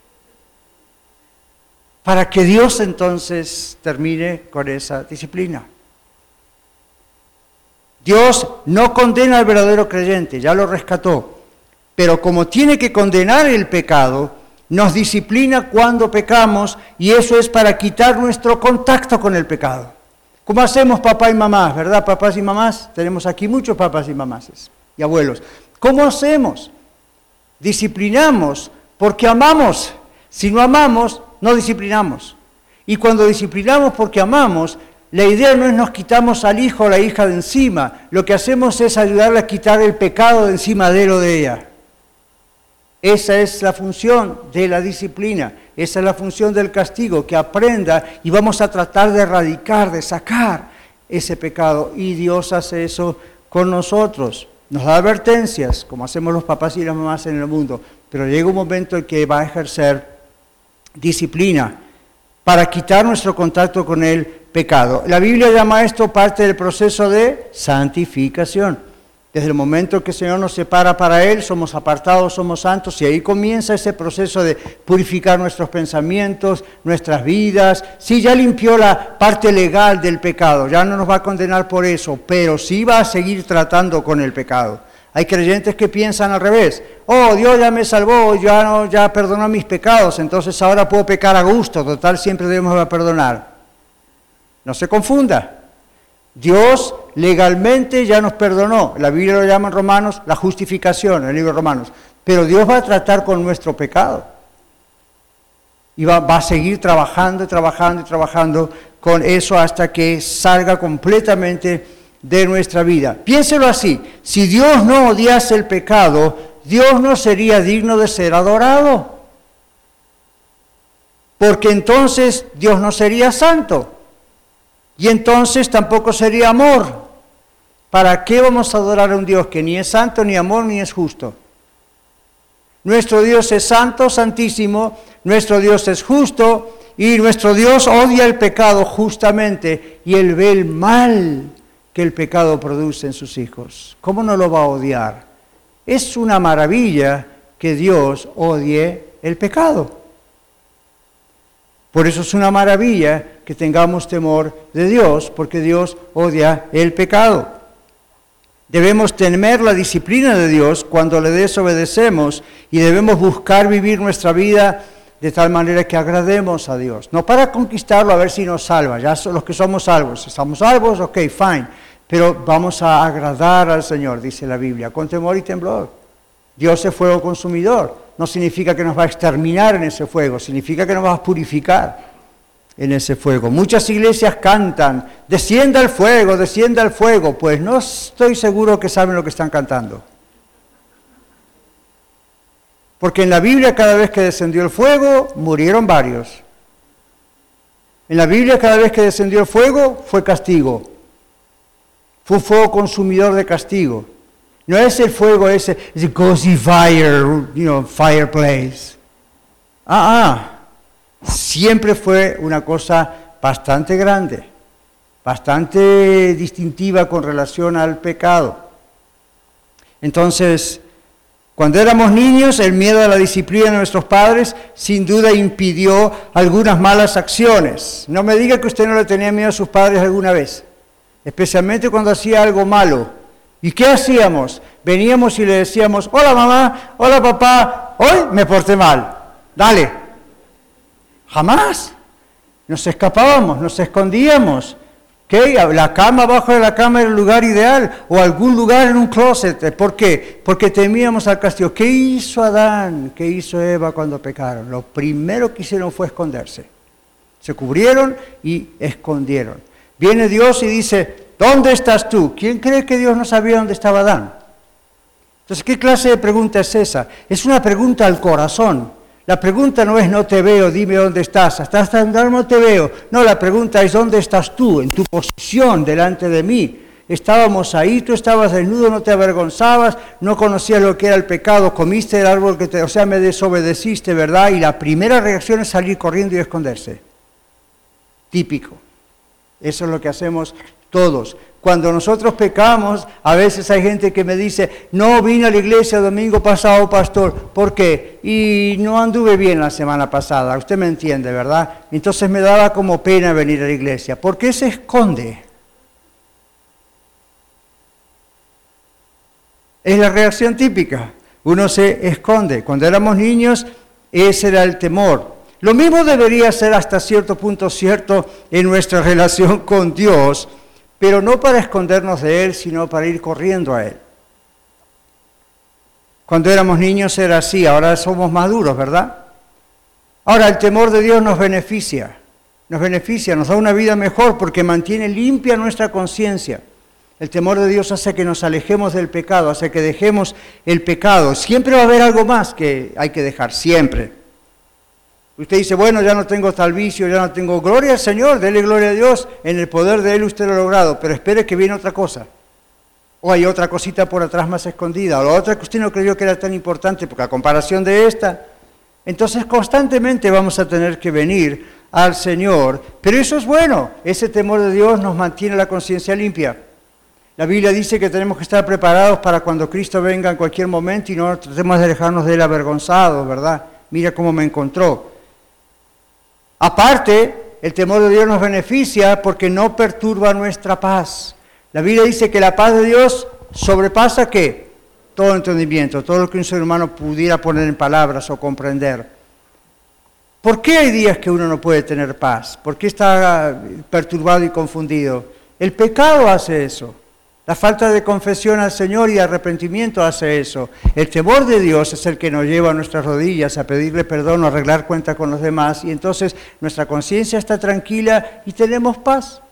para que Dios entonces termine con esa disciplina. Dios no condena al verdadero creyente, ya lo rescató. Pero como tiene que condenar el pecado, nos disciplina cuando pecamos y eso es para quitar nuestro contacto con el pecado. ¿Cómo hacemos papá y mamás, verdad? Papás y mamás, tenemos aquí muchos papás y mamás y abuelos. ¿Cómo hacemos? Disciplinamos porque amamos. Si no amamos, no disciplinamos. Y cuando disciplinamos porque amamos, la idea no es nos quitamos al hijo o la hija de encima. Lo que hacemos es ayudarle a quitar el pecado de encima de él o de ella. Esa es la función de la disciplina, esa es la función del castigo, que aprenda y vamos a tratar de erradicar, de sacar ese pecado. Y Dios hace eso con nosotros. Nos da advertencias, como hacemos los papás y las mamás en el mundo, pero llega un momento en que va a ejercer disciplina para quitar nuestro contacto con el pecado. La Biblia llama esto parte del proceso de santificación. Desde el momento que el Señor nos separa para Él, somos apartados, somos santos, y ahí comienza ese proceso de purificar nuestros pensamientos, nuestras vidas. Sí, ya limpió la parte legal del pecado, ya no nos va a condenar por eso, pero sí va a seguir tratando con el pecado. Hay creyentes que piensan al revés. Oh, Dios ya me salvó, ya perdonó mis pecados, entonces ahora puedo pecar a gusto, total, siempre debemos perdonar. No se confunda. Dios legalmente ya nos perdonó. La Biblia lo llama en Romanos la justificación, en el libro de Romanos. Pero Dios va a tratar con nuestro pecado. Y va a seguir trabajando con eso hasta que salga completamente de nuestra vida. Piénselo así, si Dios no odiase el pecado, Dios no sería digno de ser adorado. Porque entonces Dios no sería santo. Y entonces tampoco sería amor. ¿Para qué vamos a adorar a un Dios que ni es santo, ni amor, ni es justo? Nuestro Dios es santo, santísimo, nuestro Dios es justo, Y nuestro Dios odia el pecado justamente, y Él ve el mal que el pecado produce en sus hijos. ¿Cómo no lo va a odiar? Es una maravilla que Dios odie el pecado. Por eso es una maravilla que tengamos temor de Dios, porque Dios odia el pecado. Debemos temer la disciplina de Dios cuando le desobedecemos y debemos buscar vivir nuestra vida de tal manera que agrademos a Dios. No para conquistarlo a ver si nos salva, ya son los que somos salvos. ¿Estamos salvos? Ok, fine. Pero vamos a agradar al Señor, dice la Biblia, con temor y temblor. Dios es fuego consumidor. No significa que nos va a exterminar en ese fuego, significa que nos va a purificar en ese fuego. Muchas iglesias cantan, descienda el fuego, descienda el fuego. Pues no estoy seguro que saben lo que están cantando. Porque en la Biblia cada vez que descendió el fuego, murieron varios. En la Biblia cada vez que descendió el fuego, fue castigo. Fue un fuego consumidor de castigo. No es el fuego ese, it's a cozy fire, fireplace. Siempre fue una cosa bastante grande, bastante distintiva con relación al pecado. Entonces, cuando éramos niños, el miedo a la disciplina de nuestros padres sin duda impidió algunas malas acciones. No me diga que usted no le tenía miedo a sus padres alguna vez, especialmente cuando hacía algo malo. ¿Y qué hacíamos? Veníamos y le decíamos, hola mamá, hola papá, hoy me porté mal, dale. Jamás. Nos escapábamos, nos escondíamos. ¿Qué? La cama, abajo de la cama era el lugar ideal, o algún lugar en un closet. ¿Por qué? Porque temíamos al castigo. ¿Qué hizo Adán? ¿Qué hizo Eva cuando pecaron? Lo primero que hicieron fue esconderse. Se cubrieron y escondieron. Viene Dios y dice, ¿dónde estás tú? ¿Quién cree que Dios no sabía dónde estaba Adán? Entonces, ¿qué clase de pregunta es esa? Es una pregunta al corazón. La pregunta no es no te veo, dime dónde estás. Hasta no te veo. No, la pregunta es ¿dónde estás tú? En tu posición delante de mí. Estábamos ahí, tú estabas desnudo, no te avergonzabas, no conocías lo que era el pecado, comiste el árbol me desobedeciste, ¿verdad? Y la primera reacción es salir corriendo y esconderse. Típico. Eso es lo que hacemos todos. Cuando nosotros pecamos, a veces hay gente que me dice, no vine a la iglesia el domingo pasado, pastor. ¿Por qué? Y no anduve bien la semana pasada. Usted me entiende, ¿verdad? Entonces me daba como pena venir a la iglesia. ¿Por qué se esconde? Es la reacción típica. Uno se esconde. Cuando éramos niños, ese era el temor. Lo mismo debería ser hasta cierto punto cierto en nuestra relación con Dios, pero no para escondernos de Él, sino para ir corriendo a Él. Cuando éramos niños era así, ahora somos maduros, ¿verdad? Ahora, el temor de Dios nos beneficia, nos da una vida mejor porque mantiene limpia nuestra conciencia. El temor de Dios hace que nos alejemos del pecado, hace que dejemos el pecado. Siempre va a haber algo más que hay que dejar, siempre. Usted dice, bueno, ya no tengo tal vicio, ya no tengo... Gloria al Señor, dele gloria a Dios, en el poder de Él usted lo ha logrado, pero espere que viene otra cosa. O hay otra cosita por atrás más escondida, o la otra que usted no creyó que era tan importante, porque a comparación de esta... Entonces constantemente vamos a tener que venir al Señor, pero eso es bueno, ese temor de Dios nos mantiene la conciencia limpia. La Biblia dice que tenemos que estar preparados para cuando Cristo venga en cualquier momento y no tratemos de dejarnos de Él avergonzados, ¿verdad? Mira cómo me encontró. Aparte, el temor de Dios nos beneficia porque no perturba nuestra paz. La Biblia dice que la paz de Dios sobrepasa ¿qué? Todo entendimiento, todo lo que un ser humano pudiera poner en palabras o comprender. ¿Por qué hay días que uno no puede tener paz? ¿Por qué está perturbado y confundido? El pecado hace eso. La falta de confesión al Señor y arrepentimiento hace eso. El temor de Dios es el que nos lleva a nuestras rodillas a pedirle perdón, a arreglar cuenta con los demás, y entonces nuestra conciencia está tranquila y tenemos paz.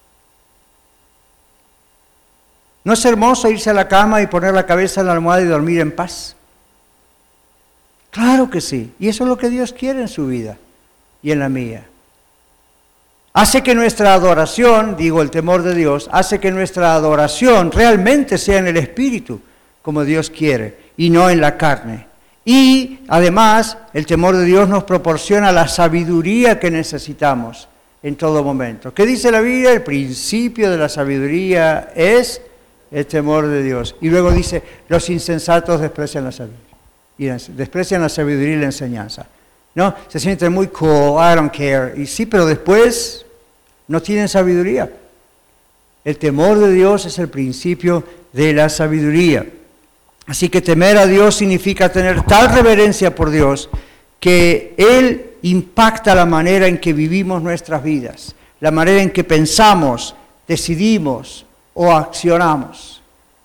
¿No es hermoso irse a la cama y poner la cabeza en la almohada y dormir en paz? Claro que sí, y eso es lo que Dios quiere en su vida y en la mía. Hace que nuestra adoración, digo el temor de Dios, hace que nuestra adoración realmente sea en el Espíritu, como Dios quiere, y no en la carne. Y además, el temor de Dios nos proporciona la sabiduría que necesitamos en todo momento. ¿Qué dice la Biblia? El principio de la sabiduría es el temor de Dios. Y luego dice, los insensatos desprecian la sabiduría. Desprecian la sabiduría y la enseñanza. ¿No? Se sienten muy cool, I don't care. Y sí, pero después no tienen sabiduría. El temor de Dios es el principio de la sabiduría. Así que temer a Dios significa tener tal reverencia por Dios que Él impacta la manera en que vivimos nuestras vidas, la manera en que pensamos, decidimos o accionamos.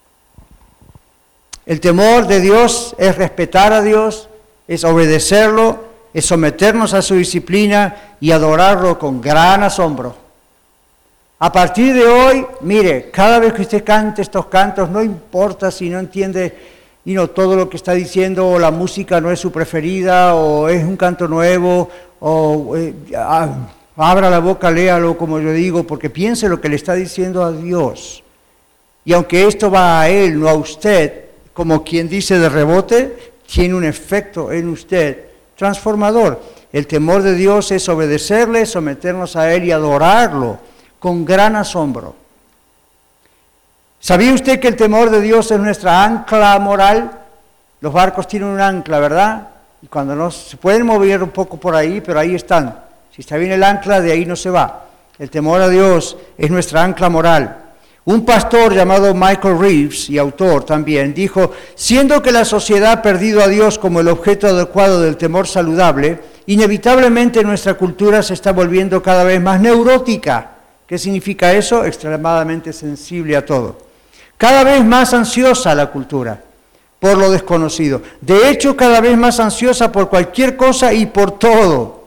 El temor de Dios es respetar a Dios, es obedecerlo, es someternos a su disciplina y adorarlo con gran asombro. A partir de hoy, mire, cada vez que usted cante estos cantos, no importa si no entiende todo lo que está diciendo, o la música no es su preferida, o es un canto nuevo, o abra la boca, léalo como yo digo, porque piense lo que le está diciendo a Dios. Y aunque esto va a Él, no a usted, como quien dice de rebote, tiene un efecto en usted transformador. El temor de Dios es obedecerle, someternos a Él y adorarlo con gran asombro. ¿Sabía usted que el temor de Dios es nuestra ancla moral? Los barcos tienen un ancla, ¿verdad? Y cuando no se pueden mover un poco por ahí, pero ahí están. Si está bien el ancla, de ahí no se va. El temor a Dios es nuestra ancla moral. Un pastor llamado Michael Reeves, y autor también, dijo, siendo que la sociedad ha perdido a Dios como el objeto adecuado del temor saludable, inevitablemente nuestra cultura se está volviendo cada vez más neurótica. ¿Qué significa eso? Extremadamente sensible a todo. Cada vez más ansiosa la cultura por lo desconocido. De hecho, cada vez más ansiosa por cualquier cosa y por todo.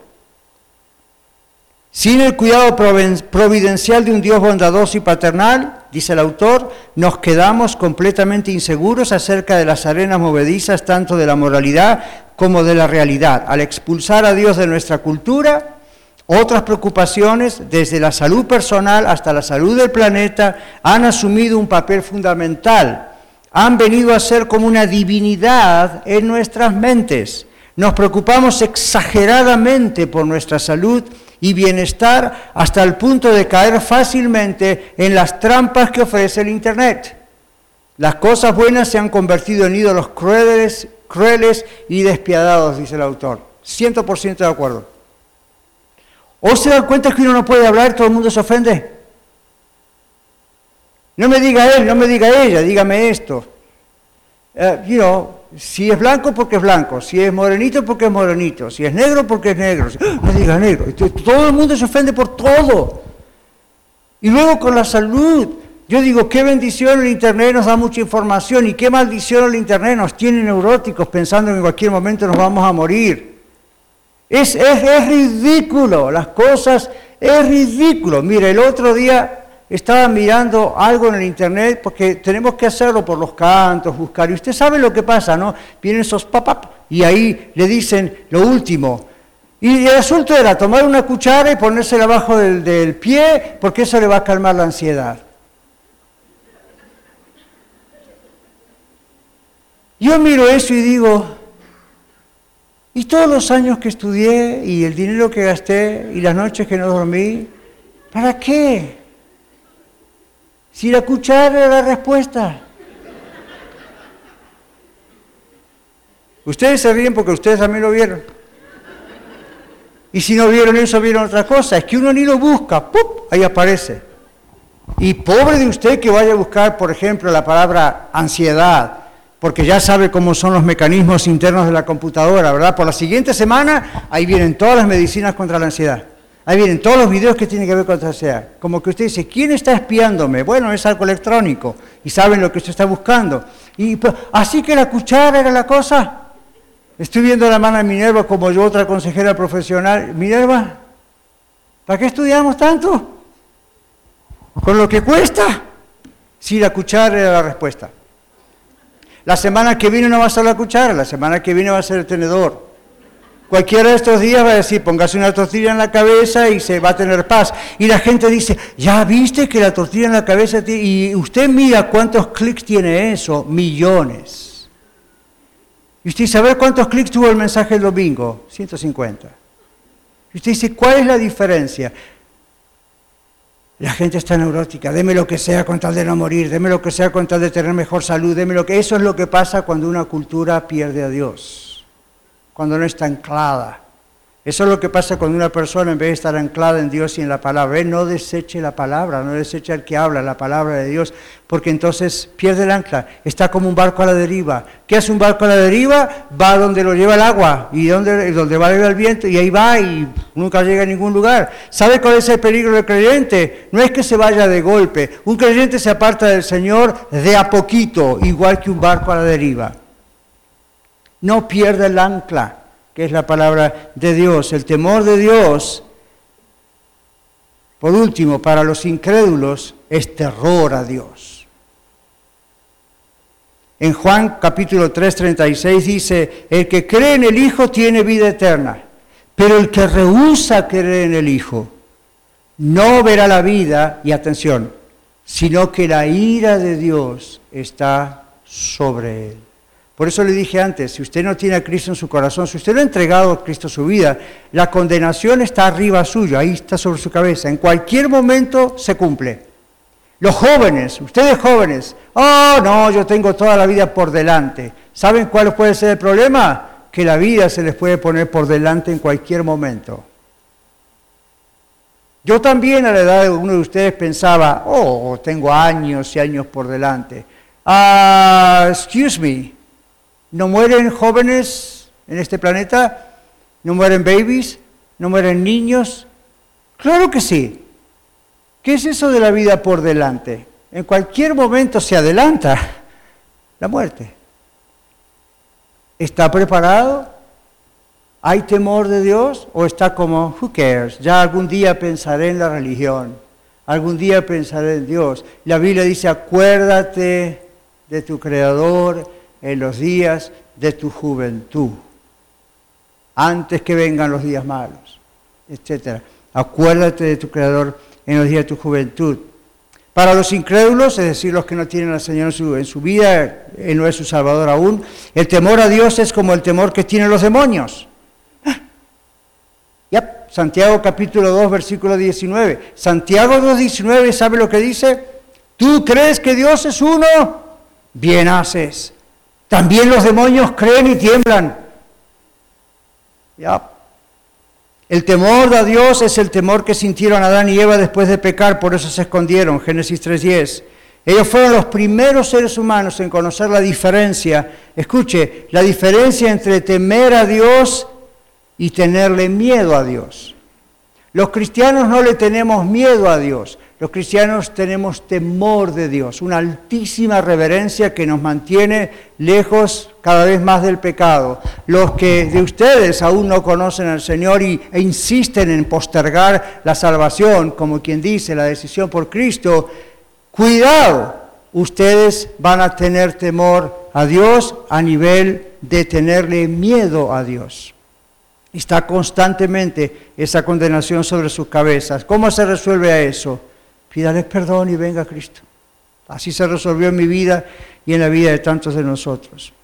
Sin el cuidado providencial de un Dios bondadoso y paternal, dice el autor, nos quedamos completamente inseguros acerca de las arenas movedizas tanto de la moralidad como de la realidad. Al expulsar a Dios de nuestra cultura, otras preocupaciones, desde la salud personal hasta la salud del planeta, han asumido un papel fundamental. Han venido a ser como una divinidad en nuestras mentes. Nos preocupamos exageradamente por nuestra salud y bienestar hasta el punto de caer fácilmente en las trampas que ofrece el Internet. Las cosas buenas se han convertido en ídolos crueles y despiadados, dice el autor. 100% de acuerdo. ¿O se dan cuenta que uno no puede hablar, todo el mundo se ofende? No me diga él, no me diga ella, dígame esto. Si es blanco, porque es blanco. Si es morenito, porque es morenito. Si es negro, porque es negro. No diga negro. Todo el mundo se ofende por todo. Y luego con la salud. Yo digo, qué bendición el Internet, nos da mucha información. Y qué maldición el Internet, nos tiene neuróticos pensando que en cualquier momento nos vamos a morir. Es ridículo, las cosas, es ridículo. Mire, el otro día estaba mirando algo en el Internet, porque tenemos que hacerlo por los cantos, buscar, y usted sabe lo que pasa, ¿no? Vienen esos pop-up, y ahí le dicen lo último. Y el asunto era tomar una cuchara y ponérsela abajo del pie, porque eso le va a calmar la ansiedad. Yo miro eso y digo, y todos los años que estudié, y el dinero que gasté, y las noches que no dormí, ¿para qué? Si la cuchara era la respuesta. Ustedes se ríen porque ustedes también lo vieron. Y si no vieron eso, vieron otra cosa. Es que uno ni lo busca, ¡pum!, ahí aparece. Y pobre de usted que vaya a buscar, por ejemplo, la palabra ansiedad, porque ya sabe cómo son los mecanismos internos de la computadora, ¿verdad? Por la siguiente semana, ahí vienen todas las medicinas contra la ansiedad. Ahí vienen todos los videos que tienen que ver con la ansiedad. Como que usted dice, ¿quién está espiándome? Bueno, es algo electrónico, y saben lo que usted está buscando. Y así que la cuchara era la cosa. Estoy viendo a la hermana Minerva, como yo, otra consejera profesional. Minerva, ¿para qué estudiamos tanto? ¿Con lo que cuesta? Sí, la cuchara era la respuesta. La semana que viene no va a ser la cuchara, la semana que viene va a ser el tenedor. Cualquiera de estos días va a decir, póngase una tortilla en la cabeza y se va a tener paz. Y la gente dice, ¿ya viste que la tortilla en la cabeza tiene? Y usted mira cuántos clics tiene eso, millones. Y usted dice, a ver cuántos clics tuvo el mensaje el domingo. 150. Y usted dice, ¿cuál es la diferencia? La gente está neurótica, deme lo que sea con tal de no morir, deme lo que sea con tal de tener mejor salud, deme lo que... Eso es lo que pasa cuando una cultura pierde a Dios, cuando no está anclada. Eso es lo que pasa cuando una persona, en vez de estar anclada en Dios y en la palabra, él no deseche la palabra, no deseche al que habla, la palabra de Dios, porque entonces pierde el ancla, está como un barco a la deriva. ¿Qué hace un barco a la deriva? Va donde lo lleva el agua y donde va el viento, y ahí va y nunca llega a ningún lugar. ¿Sabe cuál es el peligro del creyente? No es que se vaya de golpe, un creyente se aparta del Señor de a poquito, igual que un barco a la deriva. No pierde el ancla, que es la palabra de Dios, el temor de Dios. Por último, para los incrédulos es terror a Dios. En Juan capítulo 3:36 dice, el que cree en el Hijo tiene vida eterna, pero el que rehúsa creer en el Hijo no verá la vida, y atención, sino que la ira de Dios está sobre él. Por eso le dije antes, si usted no tiene a Cristo en su corazón, si usted no ha entregado a Cristo su vida, la condenación está arriba suyo, ahí está sobre su cabeza. En cualquier momento se cumple. Los jóvenes, ustedes jóvenes, oh no, yo tengo toda la vida por delante. ¿Saben cuál puede ser el problema? Que la vida se les puede poner por delante en cualquier momento. Yo también a la edad de uno de ustedes pensaba, oh, tengo años y años por delante. Excuse me. ¿No mueren jóvenes en este planeta? ¿No mueren babies? ¿No mueren niños? Claro que sí. ¿Qué es eso de la vida por delante? En cualquier momento se adelanta la muerte. ¿Está preparado? ¿Hay temor de Dios? ¿O está como, who cares? Ya algún día pensaré en la religión. Algún día pensaré en Dios. La Biblia dice, acuérdate de tu Creador en los días de tu juventud, antes que vengan los días malos, etc. Acuérdate de tu Creador en los días de tu juventud. Para los incrédulos, es decir, los que no tienen al Señor en su vida, Él no es su Salvador aún, el temor a Dios es como el temor que tienen los demonios. Santiago capítulo 2, versículo 19. Santiago 2:19, ¿sabe lo que dice? ¿Tú crees que Dios es uno? Bien haces. También los demonios creen y tiemblan. El temor a Dios es el temor que sintieron Adán y Eva después de pecar, por eso se escondieron. Génesis 3:10. Ellos fueron los primeros seres humanos en conocer la diferencia. Escuche, la diferencia entre temer a Dios y tenerle miedo a Dios. Los cristianos no le tenemos miedo a Dios. Los cristianos tenemos temor de Dios, una altísima reverencia que nos mantiene lejos cada vez más del pecado. Los que de ustedes aún no conocen al Señor e insisten en postergar la salvación, como quien dice, la decisión por Cristo, cuidado, ustedes van a tener temor a Dios a nivel de tenerle miedo a Dios. Está constantemente esa condenación sobre sus cabezas. ¿Cómo se resuelve a eso? Pídales perdón y venga a Cristo. Así se resolvió en mi vida y en la vida de tantos de nosotros.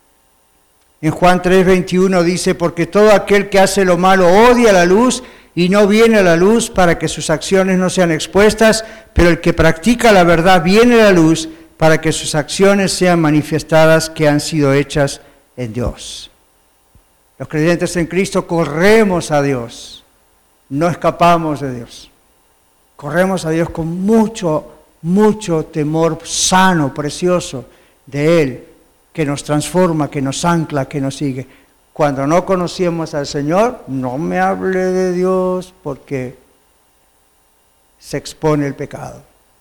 En Juan 3:21 dice, porque todo aquel que hace lo malo odia la luz y no viene a la luz para que sus acciones no sean expuestas, pero el que practica la verdad viene a la luz para que sus acciones sean manifestadas que han sido hechas en Dios. Los creyentes en Cristo corremos a Dios, no escapamos de Dios. Corremos a Dios con mucho, mucho temor sano, precioso de Él, que nos transforma, que nos ancla, que nos sigue. Cuando no conocíamos al Señor, no me hable de Dios porque se expone el pecado.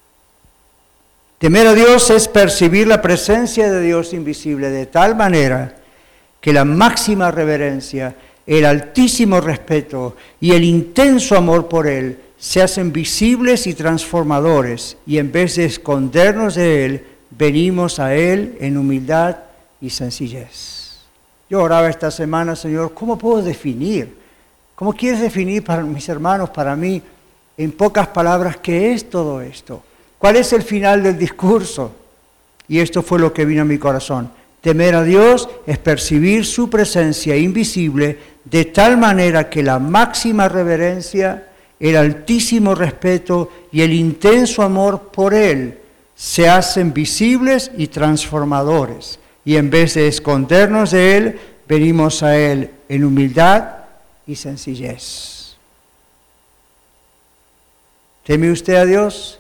Temer a Dios es percibir la presencia de Dios invisible de tal manera que la máxima reverencia, el altísimo respeto y el intenso amor por Él se hacen visibles y transformadores, y en vez de escondernos de Él, venimos a Él en humildad y sencillez. Yo oraba esta semana, Señor, ¿cómo puedo definir? ¿Cómo quieres definir para mis hermanos, para mí, en pocas palabras, qué es todo esto? ¿Cuál es el final del discurso? Y esto fue lo que vino a mi corazón. Temer a Dios es percibir su presencia invisible de tal manera que la máxima reverencia, el altísimo respeto y el intenso amor por Él se hacen visibles y transformadores. Y en vez de escondernos de Él, venimos a Él en humildad y sencillez. ¿Teme usted a Dios?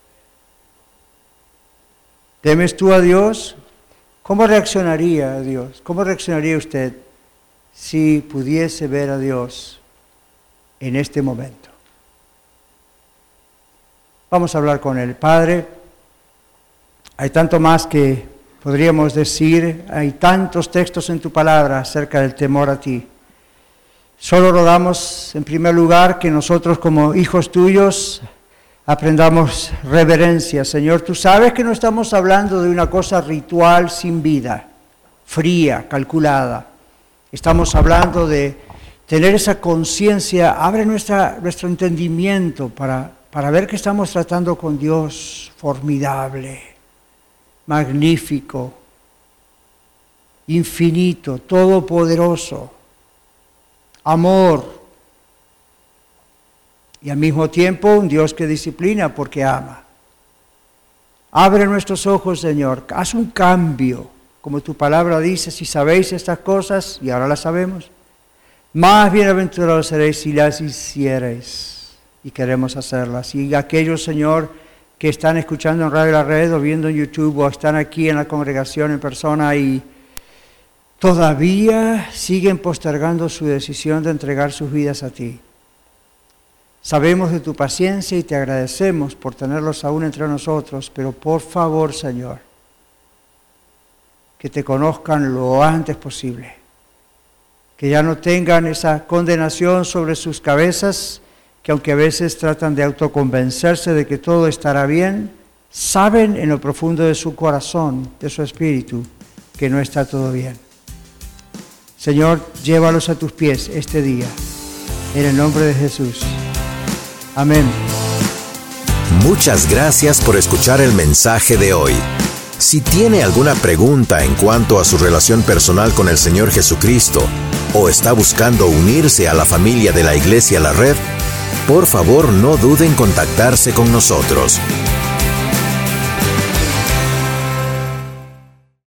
¿Temes tú a Dios? ¿Cómo reaccionaría a Dios? ¿Cómo reaccionaría usted si pudiese ver a Dios en este momento? Vamos a hablar con el Padre. Hay tanto más que podríamos decir, hay tantos textos en tu palabra acerca del temor a ti. Solo rogamos, en primer lugar, que nosotros como hijos tuyos aprendamos reverencia. Señor, tú sabes que no estamos hablando de una cosa ritual sin vida, fría, calculada. Estamos hablando de tener esa conciencia. Abre nuestro entendimiento para ver que estamos tratando con Dios formidable, magnífico, infinito, todopoderoso, amor, y al mismo tiempo un Dios que disciplina porque ama. Abre nuestros ojos, Señor, haz un cambio, como tu palabra dice, si sabéis estas cosas, y ahora las sabemos, más bienaventurados seréis si las hiciereis, y queremos hacerlas. Y aquellos, Señor, que están escuchando en Radio La Red o viendo en YouTube o están aquí en la congregación en persona y todavía siguen postergando su decisión de entregar sus vidas a ti. Sabemos de tu paciencia y te agradecemos por tenerlos aún entre nosotros, pero por favor, Señor, que te conozcan lo antes posible, que ya no tengan esa condenación sobre sus cabezas, que aunque a veces tratan de autoconvencerse de que todo estará bien, saben en lo profundo de su corazón, de su espíritu, que no está todo bien. Señor, llévalos a tus pies este día, en el nombre de Jesús. Amén. Muchas gracias por escuchar el mensaje de hoy. Si tiene alguna pregunta en cuanto a su relación personal con el Señor Jesucristo o está buscando unirse a la familia de la Iglesia La Red, por favor no duden en contactarse con nosotros.